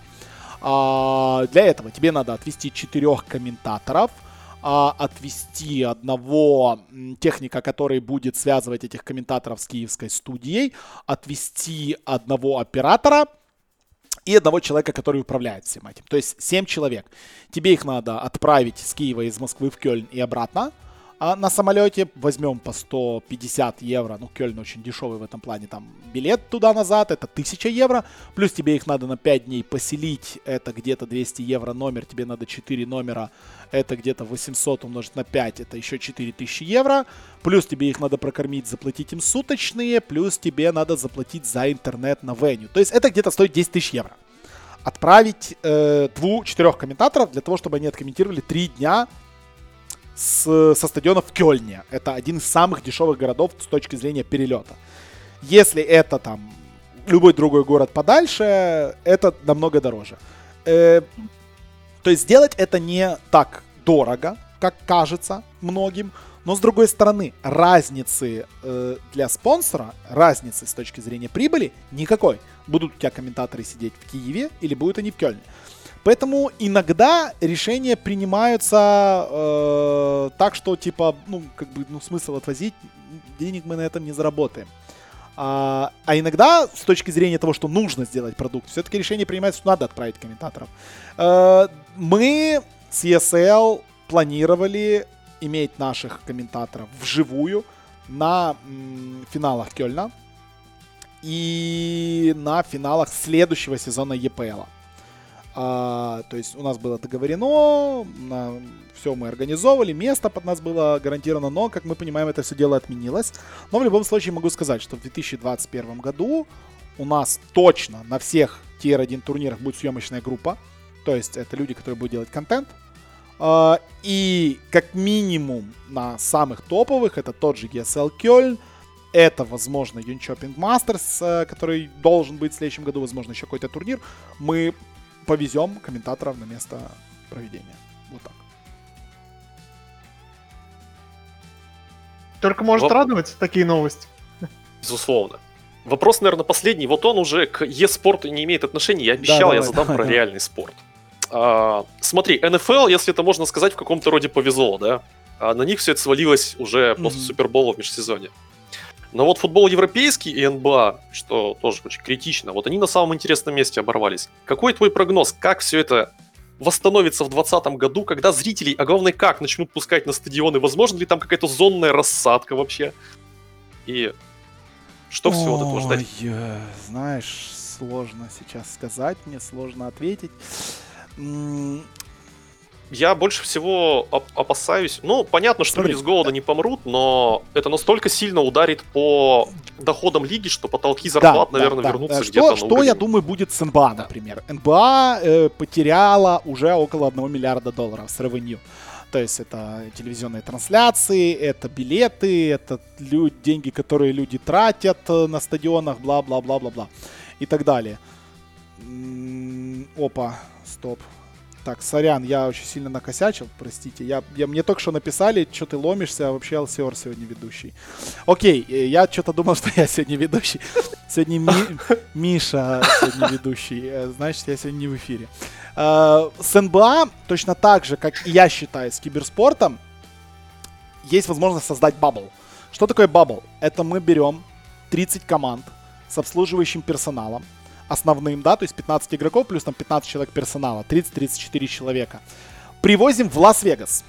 Для этого тебе надо отвести 4 комментаторов, отвести одного техника, который будет связывать этих комментаторов с киевской студией, отвести одного оператора и одного человека, который управляет всем этим. То есть 7 человек. Тебе их надо отправить с Киева из Москвы в Кёльн и обратно. На самолете возьмем по 150 евро, ну, Кёльн очень дешевый в этом плане, там, билет туда-назад, это 1000 евро, плюс тебе их надо на 5 дней поселить, это где-то 200 евро номер, тебе надо 4 номера, это где-то 800 умножить на 5, это еще 4000 евро, плюс тебе их надо прокормить, заплатить им суточные, плюс тебе надо заплатить за интернет на веню, то есть это где-то стоит 10 000 евро. Отправить 2-4 комментаторов для того, чтобы они откомментировали 3 дня со стадиона в Кёльне. Это один из самых дешевых городов с точки зрения перелета. Если это там любой другой город подальше, это намного дороже. То есть сделать это не так дорого, как кажется многим, но с другой стороны, разницы для спонсора, разницы с точки зрения прибыли никакой. Будут у тебя комментаторы сидеть в Киеве или будут они в Кёльне. Поэтому иногда решения принимаются так, что типа, ну, как бы, ну, смысл отвозить, денег мы на этом не заработаем. А иногда, с точки зрения того, что нужно сделать продукт, все-таки решение принимается, что надо отправить комментаторов. Мы с ESL планировали иметь наших комментаторов вживую на финалах Кёльна и на финалах следующего сезона EPL. То есть у нас было договорено, все мы организовывали, место под нас было гарантировано, но, как мы понимаем, это все дело отменилось. Но в любом случае могу сказать, что в 2021 году у нас точно на всех Tier-1 турнирах будет съемочная группа. То есть это люди, которые будут делать контент. И как минимум на самых топовых это тот же ESL Кёльн. Это, возможно, Jönköping Masters, который должен быть в следующем году, возможно, еще какой-то турнир. Мы повезем комментаторов на место проведения. Вот так. Только может радовать такие новости. Безусловно. Вопрос, наверное, последний. Вот он уже к e-спорту не имеет отношения. Я обещал, я задам про реальный спорт. Смотри, НФЛ, если это можно сказать, в каком-то роде повезло, да? На них все это свалилось уже после Супербола в межсезонье. Но вот футбол европейский и НБА, что тоже очень критично, вот они на самом интересном месте оборвались. Какой твой прогноз? Как все это восстановится в 2020 году, когда зрителей, а главное как, начнут пускать на стадионы? Возможно ли там какая-то зонная рассадка вообще? И что всего от этого ждать? Знаешь, сложно сейчас сказать, мне сложно ответить. Я больше всего опасаюсь. Ну, понятно, что люди с голода не помрут, но это настолько сильно ударит по доходам лиги, что потолки зарплат, наверное, вернутся где-то на уровень. Что, я думаю, будет с НБА, например? НБА потеряла уже около $1 миллиарда с revenue. То есть это телевизионные трансляции, это билеты, это деньги, которые люди тратят на стадионах, бла-бла-бла-бла-бла и так далее. Опа, стоп. Так, сорян, я очень сильно накосячил, простите. Мне только что написали, что ты ломишься, а вообще LCR сегодня ведущий. Окей, я что-то думал, что я сегодня ведущий. Сегодня Миша сегодня ведущий, значит, я сегодня не в эфире. С НБА, точно так же, как и я считаю, с киберспортом, есть возможность создать бабл. Что такое бабл? Это мы берем 30 команд с обслуживающим персоналом, основным, да, то есть 15 игроков плюс там 15 человек персонала, 30-34 человека. Привозим в Лас-Вегас,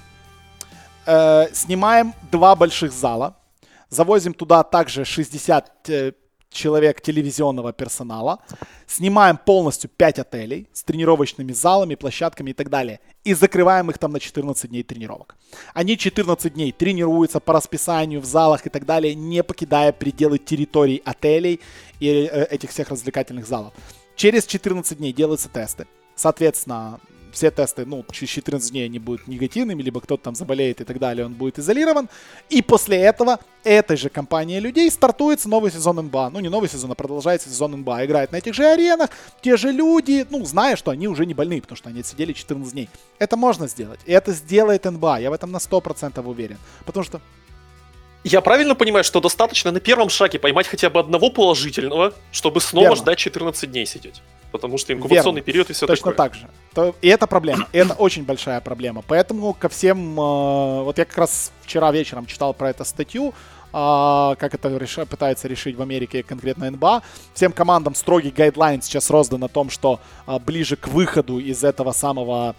снимаем 2 больших зала, завозим туда также 60 человек телевизионного персонала, снимаем полностью 5 отелей с тренировочными залами, площадками и так далее, и закрываем их там на 14 дней тренировок. Они 14 дней тренируются по расписанию в залах и так далее, не покидая пределы территорий отелей и этих всех развлекательных залов. Через 14 дней делаются тесты. Соответственно, все тесты, через 14 дней они будут негативными, либо кто-то там заболеет и так далее, он будет изолирован. И после этого этой же компанией людей стартуется новый сезон НБА. Не новый сезон, а продолжается сезон НБА. Играет на этих же аренах, те же люди, зная, что они уже не больны, потому что они отсидели 14 дней. Это можно сделать. И это сделает НБА. Я в этом на 100% уверен. Потому что... Я правильно понимаю, что достаточно на первом шаге поймать хотя бы одного положительного, чтобы снова ждать 14 дней сидеть? Потому что инкубационный период и все точно такое. Точно так же. И это проблема. И это очень большая проблема. Поэтому ко всем... Вот я как раз вчера вечером читал про эту статью, как это пытается решить в Америке конкретно НБА. Всем командам строгий гайдлайн сейчас роздан о том, что ближе к выходу из этого самого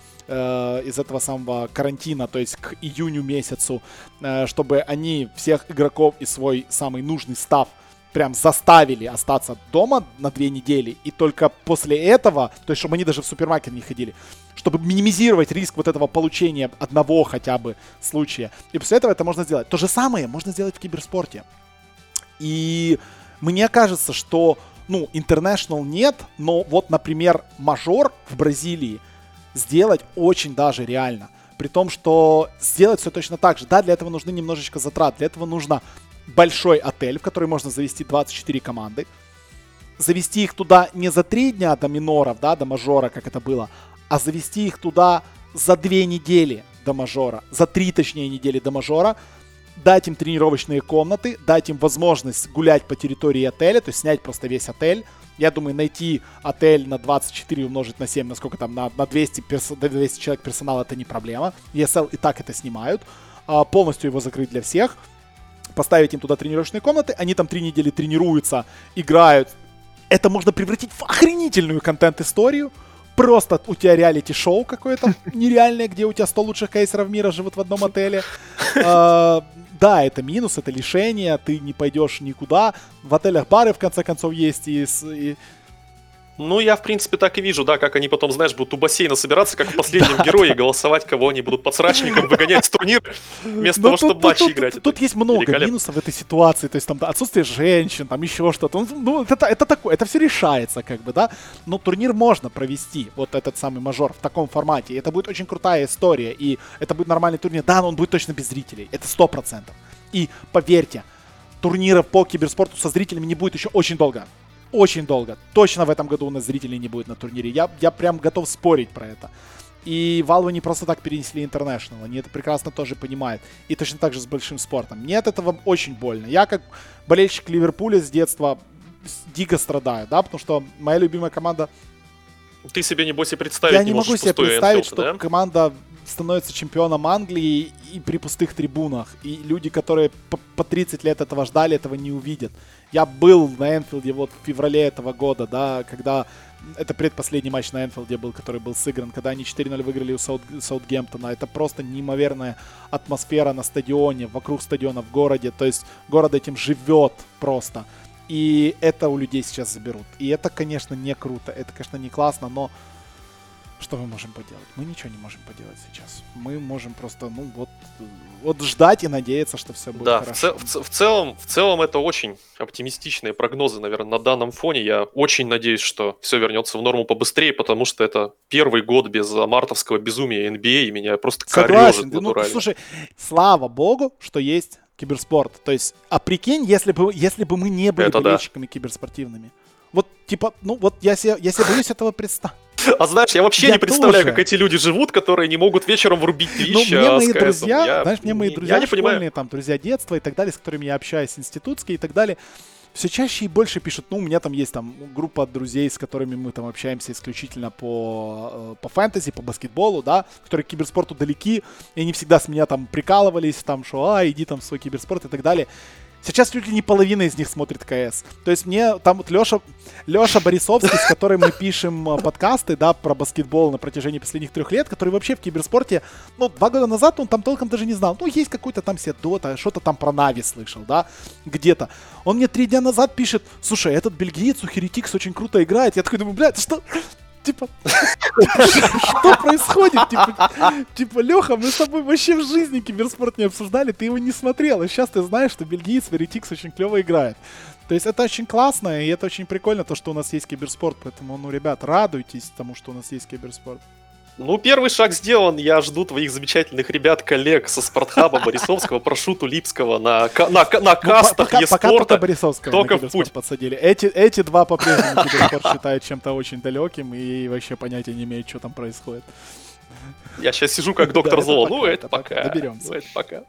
карантина, то есть к июню месяцу, чтобы они всех игроков и свой самый нужный став прям заставили остаться дома на 2 недели, и только после этого, то есть чтобы они даже в супермаркет не ходили, чтобы минимизировать риск вот этого получения одного хотя бы случая. И после этого это можно сделать. То же самое можно сделать в киберспорте. И мне кажется, что, International нет, но вот, например, мажор в Бразилии сделать очень даже реально. При том, что сделать все точно так же. Да, для этого нужны немножечко затрат. Для этого нужно большой отель, в который можно завести 24 команды. Завести их туда не за 3 дня до миноров, да, до мажора, как это было, а завести их туда за 2 недели до мажора, за 3, точнее, недели до мажора, дать им тренировочные комнаты, дать им возможность гулять по территории отеля, то есть снять просто весь отель. Я думаю, найти отель на 24 умножить на 7, насколько там, на 200 человек персонала, это не проблема. ESL и так это снимают. Полностью его закрыть для всех. Поставить им туда тренировочные комнаты, они там 3 недели тренируются, играют. Это можно превратить в охренительную контент-историю. Просто у тебя реалити-шоу какое-то нереальное, где у тебя 100 лучших кейсеров мира живут в одном отеле. Да, это минус, это лишение, ты не пойдешь никуда. В отелях бары, в конце концов, есть и... Я, в принципе, так и вижу, да, как они потом, знаешь, будут у бассейна собираться, как в последнем герое, и голосовать, кого они будут подсрачником выгонять с турнира, вместо того, чтобы матчи играть. Тут есть много минусов в этой ситуации, то есть там отсутствие женщин, там еще что-то. Это такое, это все решается, как бы, да. Но турнир можно провести, вот этот самый мажор, в таком формате. И это будет очень крутая история, и это будет нормальный турнир. Да, но он будет точно без зрителей, это 100%. И поверьте, турниров по киберспорту со зрителями не будет еще очень долго. Очень долго. Точно в этом году у нас зрителей не будет на турнире. Я прям готов спорить про это. И Valve не просто так перенесли International. Они это прекрасно тоже понимают. И точно так же с большим спортом. Мне от этого очень больно. Я как болельщик Ливерпуля с детства дико страдаю, да, потому что моя любимая команда... Ты себе, небось, и представить не можешь. Я не могу себе представить, что да? команда становится чемпионом Англии и при пустых трибунах. И люди, которые по 30 лет этого ждали, этого не увидят. Я был на Энфилде вот в феврале этого года, да, когда... Это предпоследний матч на Энфилде был, который был сыгран, когда они 4-0 выиграли у Саутгемптона. Это просто неимоверная атмосфера на стадионе, вокруг стадиона, в городе. То есть город этим живет просто. И это у людей сейчас заберут. И это, конечно, не круто, это, конечно, не классно, но Что мы можем поделать? Мы ничего не можем поделать сейчас. Мы можем просто, вот ждать и надеяться, что все будет хорошо. В целом это очень оптимистичные прогнозы, наверное, на данном фоне. Я очень надеюсь, что все вернется в норму побыстрее, потому что это первый год без мартовского безумия NBA, и меня просто корежит натурально. Слушай, слава богу, что есть киберспорт. То есть, а прикинь, если бы мы не были болельщиками киберспортивными. Вот, типа, я себе боюсь этого представить. А знаешь, я вообще не представляю, как эти люди живут, которые не могут вечером врубить Twitch. Мне мои друзья, мои друзья школьные, там, друзья детства и так далее, с которыми я общаюсь, институтские и так далее, все чаще и больше пишут, у меня там есть там группа друзей, с которыми мы там общаемся исключительно по фэнтези, по баскетболу, да, которые к киберспорту далеки, и они всегда с меня там прикалывались, там, что, иди там в свой киберспорт и так далее. Сейчас чуть ли не половина из них смотрит КС. То есть мне там вот Леша Борисовский, с которым мы пишем подкасты, да, про баскетбол на протяжении последних 3 лет, который вообще в киберспорте, 2 года назад он там толком даже не знал. Есть какой-то там себе Дота, что-то там про Нави слышал, да, где-то. Он мне 3 дня назад пишет, слушай, этот бельгиец у Heretics очень круто играет. Я такой думаю, блядь, что... Типа, что происходит? Типа, Леха, мы с тобой вообще в жизни киберспорт не обсуждали, ты его не смотрел, и сейчас ты знаешь, что бельгиец в Heretics очень клево играет. То есть это очень классно, и это очень прикольно, то, что у нас есть киберспорт, поэтому, ребят, радуйтесь тому, что у нас есть киберспорт. Первый шаг сделан. Я жду твоих замечательных ребят-коллег со Спортхаба Борисовского, прошу Тулипского на кастах eSport'а. Пока только Борисовского только на киберспорт подсадили. Эти 2 по-прежнему киберспорт считают чем-то очень далеким и вообще понятия не имеют, что там происходит. Я сейчас сижу как доктор Зло. Это пока. Доберемся. Это пока.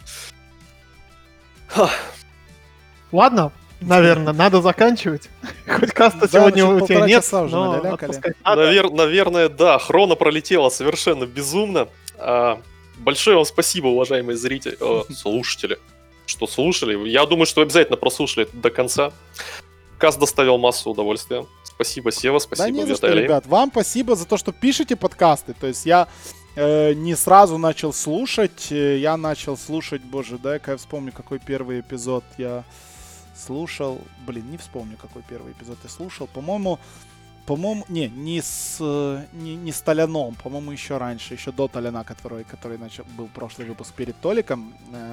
Ладно. Наверное, надо заканчивать. Хоть каста сегодня у тебя нет, но отпускать надо. Наверное, да. Хрона пролетела совершенно безумно. Большое вам спасибо, уважаемые зрители, слушатели, что слушали. Я думаю, что обязательно прослушали это до конца. Каст доставил массу удовольствия. Спасибо, Сева, спасибо, Виталий. Ребят, вам спасибо за то, что пишете подкасты. То есть я не сразу начал слушать. Я начал слушать, боже, дай-ка я вспомню, какой первый эпизод я... слушал, не вспомню, какой первый эпизод я слушал. По-моему, не с Толяном, по-моему, еще раньше, еще до Толяна, который был прошлый выпуск перед Толиком.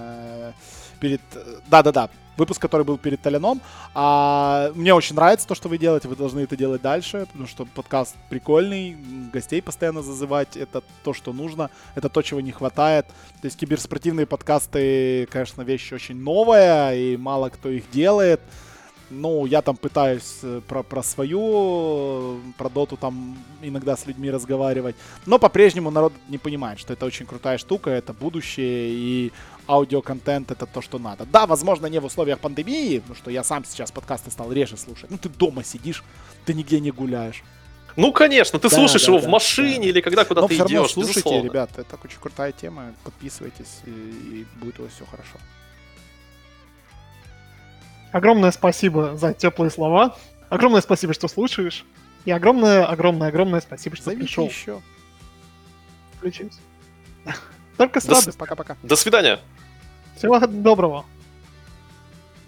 Выпуск, который был перед Толяном. Мне очень нравится то, что вы делаете, вы должны это делать дальше, потому что подкаст прикольный, гостей постоянно зазывать, это то, что нужно, это то, чего не хватает. То есть киберспортивные подкасты, конечно, вещь очень новая, и мало кто их делает. Я там пытаюсь про свою, про доту там иногда с людьми разговаривать, но по-прежнему народ не понимает, что это очень крутая штука, это будущее, и аудиоконтент это то, что надо. Да, возможно, не в условиях пандемии, потому что я сам сейчас подкасты стал реже слушать. Ты дома сидишь, ты нигде не гуляешь. Конечно, ты слушаешь его в машине или когда куда-то идешь. Но все равно слушайте, безусловно. Ребят, это очень крутая тема, подписывайтесь, и будет у вас все хорошо. Огромное спасибо за теплые слова. Огромное спасибо, что слушаешь. И огромное спасибо, что пришел. Еще. Включимся. Только с радостью. Пока-пока. До свидания. Всего доброго.